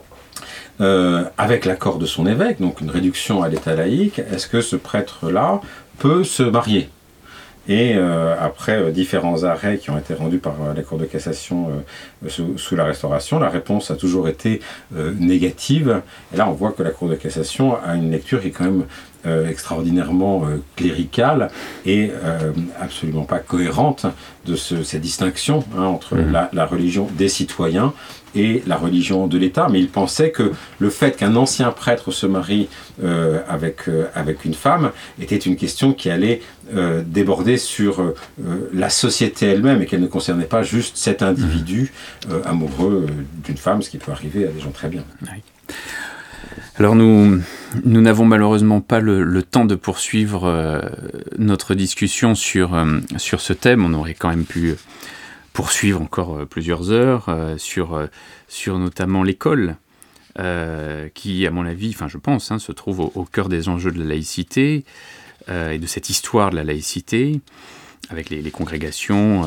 avec l'accord de son évêque, donc une réduction à l'état laïque, est-ce que ce prêtre-là peut se marier? Et après différents arrêts qui ont été rendus par la Cour de cassation sous la Restauration, la réponse a toujours été négative. Et là, on voit que la Cour de cassation a une lecture qui est quand même extraordinairement cléricale et absolument pas cohérente de cette distinction entre la religion des citoyens et la religion de l'État. Mais il pensait que le fait qu'un ancien prêtre se marie avec une femme était une question qui allait déborder sur la société elle-même et qu'elle ne concernait pas juste cet individu amoureux d'une femme, ce qui peut arriver à des gens très bien. Oui. Alors nous n'avons malheureusement pas le temps de poursuivre notre discussion sur ce thème. On aurait quand même pu poursuivre encore plusieurs heures sur notamment l'école, qui, à mon avis, je pense, se trouve au cœur des enjeux de la laïcité et de cette histoire de la laïcité, avec les congrégations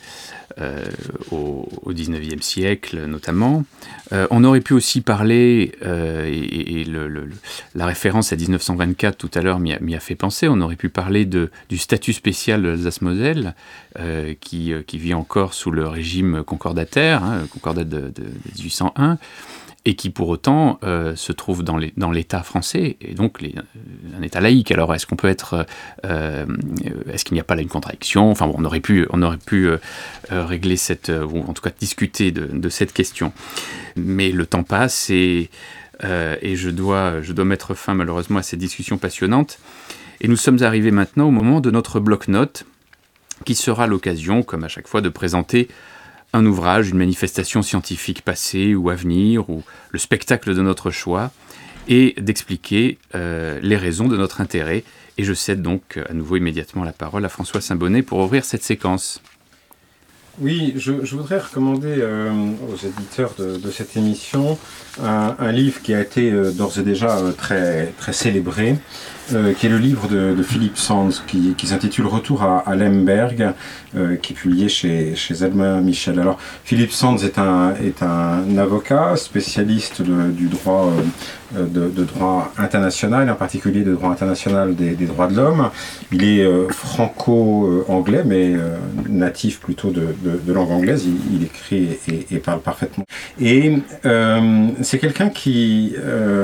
au XIXe siècle notamment. On aurait pu aussi parler, et la référence à 1924 tout à l'heure m'y a fait penser, on aurait pu parler du statut spécial de l'Alsace-Moselle, qui vit encore sous le régime concordataire, concordat de 1801, et qui pour autant se trouve dans l'État français, et donc un État laïque. Alors est-ce qu'on peut être... est-ce qu'il n'y a pas là une contradiction? Enfin bon, on aurait pu régler ou en tout cas discuter de cette question. Mais le temps passe et je dois mettre fin malheureusement à cette discussion passionnante. Et nous sommes arrivés maintenant au moment de notre bloc-notes, qui sera l'occasion, comme à chaque fois, de présenter un ouvrage, une manifestation scientifique passée ou à venir, ou le spectacle de notre choix, et d'expliquer les raisons de notre intérêt. Et je cède donc à nouveau immédiatement la parole à François Saint-Bonnet pour ouvrir cette séquence. Oui, je voudrais recommander aux éditeurs de cette émission un livre qui a été d'ores et déjà très, très célébré, qui est le livre de Philippe Sands, qui s'intitule Retour à Lemberg, qui est publié chez Albin Michel. Alors, Philippe Sands est un avocat spécialiste du droit, de droit international, en particulier de droit international des droits de l'homme. Il est franco-anglais, mais natif plutôt de langue anglaise. Il écrit et parle parfaitement. Et c'est quelqu'un qui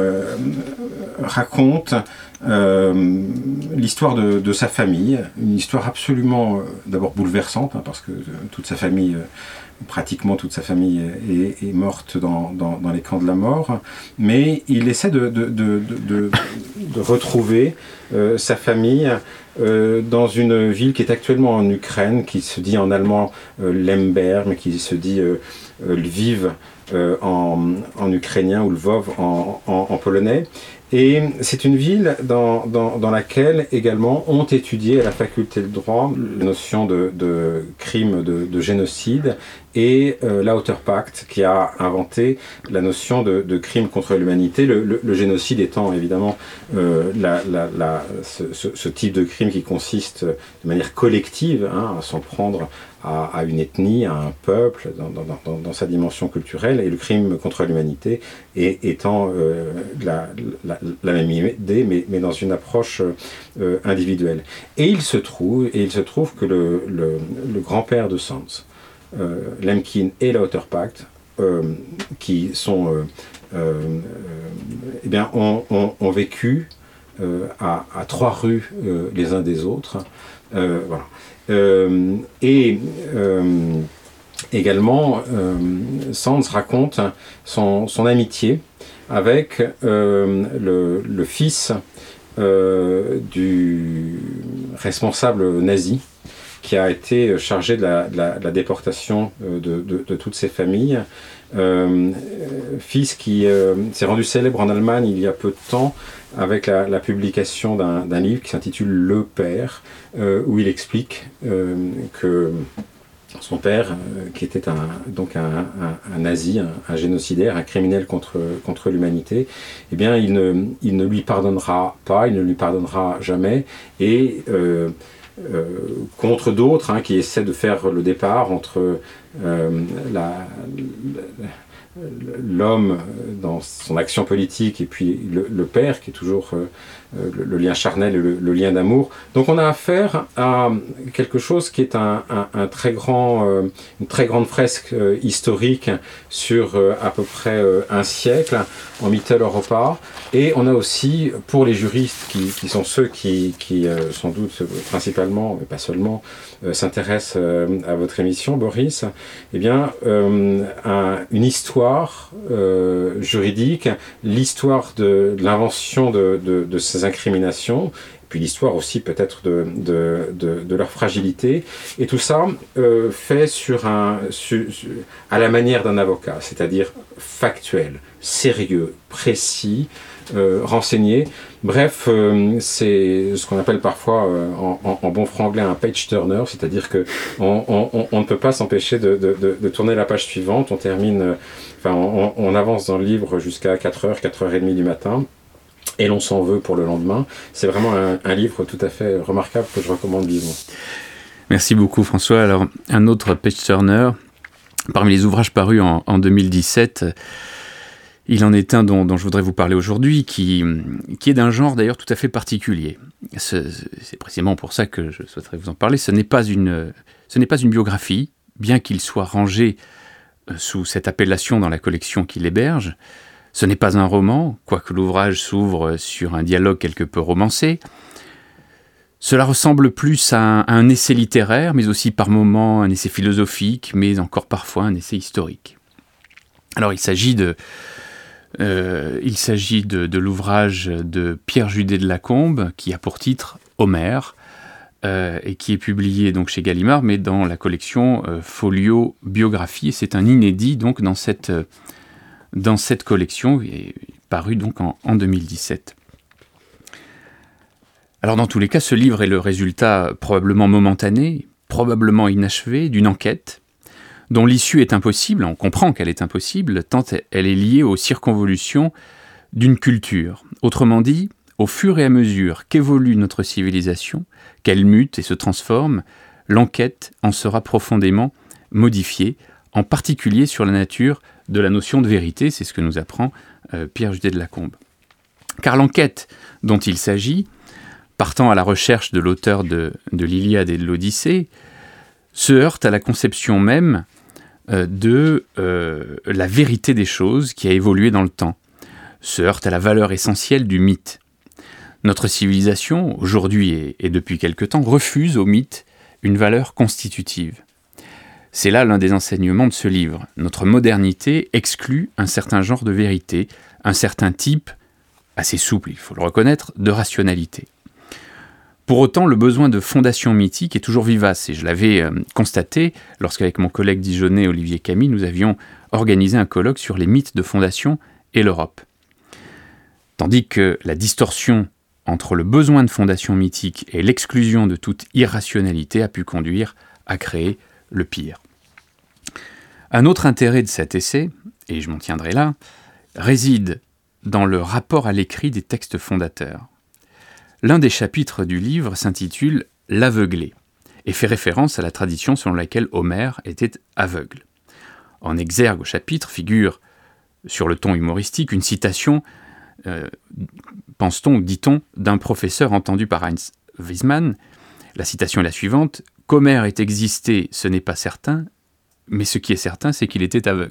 raconte l'histoire de sa famille, une histoire absolument d'abord bouleversante, hein, parce que toute sa famille, pratiquement toute sa famille est morte dans les camps de la mort, mais il essaie de retrouver sa famille dans une ville qui est actuellement en Ukraine, qui se dit en allemand Lemberg, mais qui se dit Lviv en ukrainien, ou Lvov en polonais. Et c'est une ville dans laquelle également ont étudié à la faculté de droit la notion de crime de génocide, et Lauterpacht qui a inventé la notion de crime contre l'humanité, le génocide étant évidemment ce type de crime qui consiste de manière collective, hein, à s'en prendre à une ethnie, à un peuple, dans sa dimension culturelle, et le crime contre l'humanité étant la même idée, mais dans une approche individuelle. Et il se trouve que le grand-père de Sands, Lemkin et Lauterpacht, qui sont, eh bien, ont vécu à 3 rues les uns des autres. Voilà. Également, Sands raconte son amitié avec le fils du responsable nazi, qui a été chargé de la déportation de toutes ces familles. Fils qui s'est rendu célèbre en Allemagne il y a peu de temps avec la publication d'un livre qui s'intitule Le Père, où il explique que son père, qui était donc un nazi, un génocidaire, un criminel contre l'humanité, eh bien, il ne lui pardonnera pas, il ne lui pardonnera jamais, et contre d'autres, hein, qui essaient de faire le départ entre l'homme dans son action politique et puis le père, qui est toujours le lien charnel et le lien d'amour. Donc on a affaire à quelque chose qui est une très grande fresque historique sur à peu près un siècle en Mitteleuropa. Et on a aussi, pour les juristes qui sont ceux qui sans doute principalement, mais pas seulement, s'intéressent à votre émission, Boris, eh bien, une histoire juridique, l'histoire de l'invention de ces incriminations, puis l'histoire aussi peut-être de leur fragilité, et tout ça fait à la manière d'un avocat, c'est-à-dire factuel, sérieux, précis, renseigné. Bref, c'est ce qu'on appelle parfois en bon franglais un page-turner, c'est-à-dire que on ne peut pas s'empêcher de tourner la page suivante. On termine, on avance dans le livre jusqu'à 4h, 4h30 du matin, et l'on s'en veut pour le lendemain. C'est vraiment un livre tout à fait remarquable que je recommande vivement. Merci beaucoup, François. Alors, un autre page-turner, parmi les ouvrages parus en 2017, il en est un dont je voudrais vous parler aujourd'hui, qui est d'un genre d'ailleurs tout à fait particulier. C'est précisément pour ça que je souhaiterais vous en parler. Ce n'est pas une biographie, bien qu'il soit rangé sous cette appellation dans la collection qu'il héberge. Ce n'est pas un roman, quoique l'ouvrage s'ouvre sur un dialogue quelque peu romancé. Cela ressemble plus à un essai littéraire, mais aussi par moments un essai philosophique, mais encore parfois un essai historique. Alors il s'agit de l'ouvrage de Pierre Judet de Lacombe, qui a pour titre Homère, et qui est publié donc chez Gallimard, mais dans la collection Folio Biographie. C'est un inédit donc dans cette collection, et paru donc en 2017. Alors dans tous les cas, ce livre est le résultat probablement momentané, probablement inachevé, d'une enquête dont l'issue est impossible, on comprend qu'elle est impossible, tant elle est liée aux circonvolutions d'une culture. Autrement dit, au fur et à mesure qu'évolue notre civilisation, qu'elle mute et se transforme, l'enquête en sera profondément modifiée, en particulier sur la nature de la notion de vérité, c'est ce que nous apprend Pierre Judet de Lacombe. Car l'enquête dont il s'agit, partant à la recherche de l'auteur de l'Iliade et de l'Odyssée, se heurte à la conception même de la vérité des choses qui a évolué dans le temps, se heurte à la valeur essentielle du mythe. Notre civilisation, aujourd'hui et depuis quelque temps, refuse au mythe une valeur constitutive. C'est là l'un des enseignements de ce livre. Notre modernité exclut un certain genre de vérité, un certain type, assez souple, il faut le reconnaître, de rationalité. Pour autant, le besoin de fondation mythique est toujours vivace, et je l'avais constaté lorsqu'avec mon collègue dijonnais Olivier Camille, nous avions organisé un colloque sur les mythes de fondation et l'Europe. Tandis que la distorsion entre le besoin de fondation mythique et l'exclusion de toute irrationalité a pu conduire à créer le pire. Un autre intérêt de cet essai, et je m'en tiendrai là, réside dans le rapport à l'écrit des textes fondateurs. L'un des chapitres du livre s'intitule « L'aveuglé » et fait référence à la tradition selon laquelle Homère était aveugle. En exergue au chapitre figure, sur le ton humoristique, une citation pense-t-on ou dit-on, d'un professeur entendu par Heinz Wiesmann. La citation est la suivante : « Qu'Homère ait existé, ce n'est pas certain, mais ce qui est certain, c'est qu'il était aveugle. »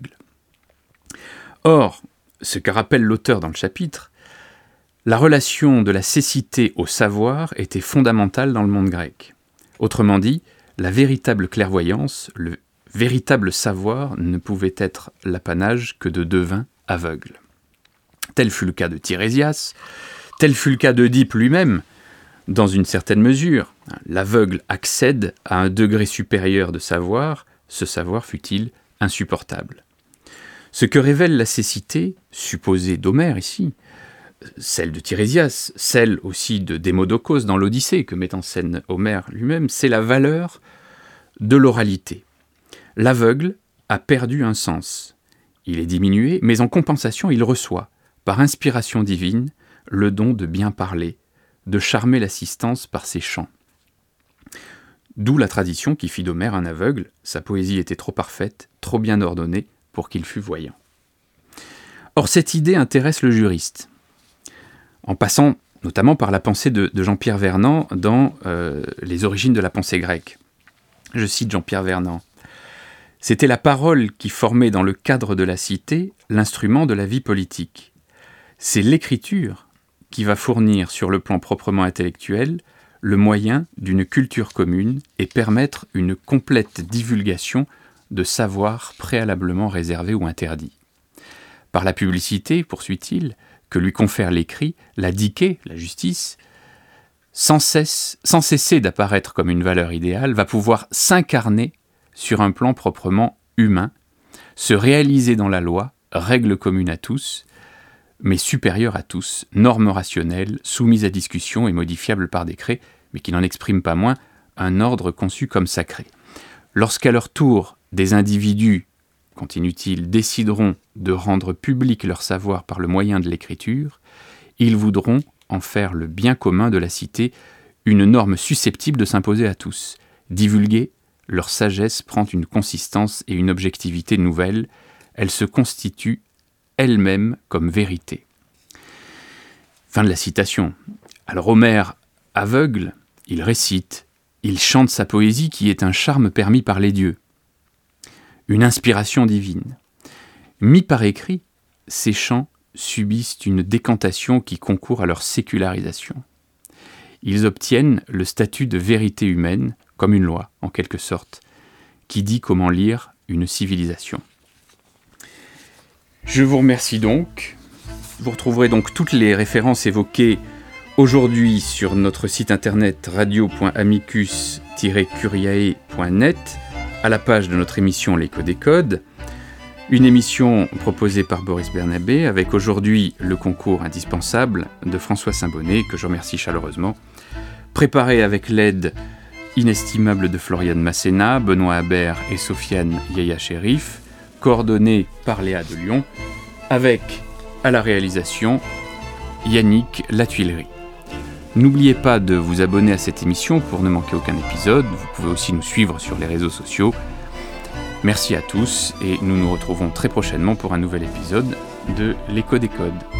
Or, ce que rappelle l'auteur dans le chapitre, la relation de la cécité au savoir était fondamentale dans le monde grec. Autrement dit, la véritable clairvoyance, le véritable savoir ne pouvait être l'apanage que de devins aveugles. Tel fut le cas de Tirésias, tel fut le cas d'Œdipe lui-même, dans une certaine mesure. L'aveugle accède à un degré supérieur de savoir, ce savoir fut-il insupportable. Ce que révèle la cécité, supposée d'Homère ici, celle de Tirésias, celle aussi de Démodocos dans l'Odyssée que met en scène Homère lui-même, c'est la valeur de l'oralité. L'aveugle a perdu un sens. Il est diminué, mais en compensation, il reçoit, par inspiration divine, le don de bien parler, de charmer l'assistance par ses chants. D'où la tradition qui fit d'Homère un aveugle, sa poésie était trop parfaite, trop bien ordonnée pour qu'il fût voyant. Or, cette idée intéresse le juriste, en passant notamment par la pensée de Jean-Pierre Vernant dans Les origines de la pensée grecque. Je cite Jean-Pierre Vernant. « C'était la parole qui formait dans le cadre de la cité l'instrument de la vie politique. C'est l'écriture qui va fournir sur le plan proprement intellectuel le moyen d'une culture commune et permettre une complète divulgation de savoirs préalablement réservés ou interdits. Par la publicité, poursuit-il, que lui confère l'écrit, la dike, la justice, sans cesser d'apparaître comme une valeur idéale, va pouvoir s'incarner sur un plan proprement humain, se réaliser dans la loi, règle commune à tous, mais supérieure à tous, norme rationnelle, soumise à discussion et modifiable par décret, mais qui n'en exprime pas moins un ordre conçu comme sacré. Lorsqu'à leur tour, des individus, continue-t-il, décideront de rendre public leur savoir par le moyen de l'écriture, ils voudront en faire le bien commun de la cité une norme susceptible de s'imposer à tous. Divulguée, leur sagesse prend une consistance et une objectivité nouvelles, elle se constitue elle-même comme vérité. » Fin de la citation. Alors Homère, aveugle, il récite, il chante sa poésie qui est un charme permis par les dieux, une inspiration divine. Mis par écrit, ces chants subissent une décantation qui concourt à leur sécularisation. Ils obtiennent le statut de vérité humaine, comme une loi, en quelque sorte, qui dit comment lire une civilisation. Je vous remercie donc. Vous retrouverez donc toutes les références évoquées aujourd'hui sur notre site internet radio.amicus-curiae.net, à la page de notre émission L'écho des codes, une émission proposée par Boris Bernabé, avec aujourd'hui le concours indispensable de François Saint-Bonnet, que je remercie chaleureusement, préparé avec l'aide inestimable de Floriane Masséna, Benoît Habert et Sofiane Yaya Chérif, coordonné par Léa de Lyon, avec, à la réalisation, Yannick Latuilerie. N'oubliez pas de vous abonner à cette émission pour ne manquer aucun épisode. Vous pouvez aussi nous suivre sur les réseaux sociaux. Merci à tous et nous nous retrouvons très prochainement pour un nouvel épisode de l'Écho des Codes.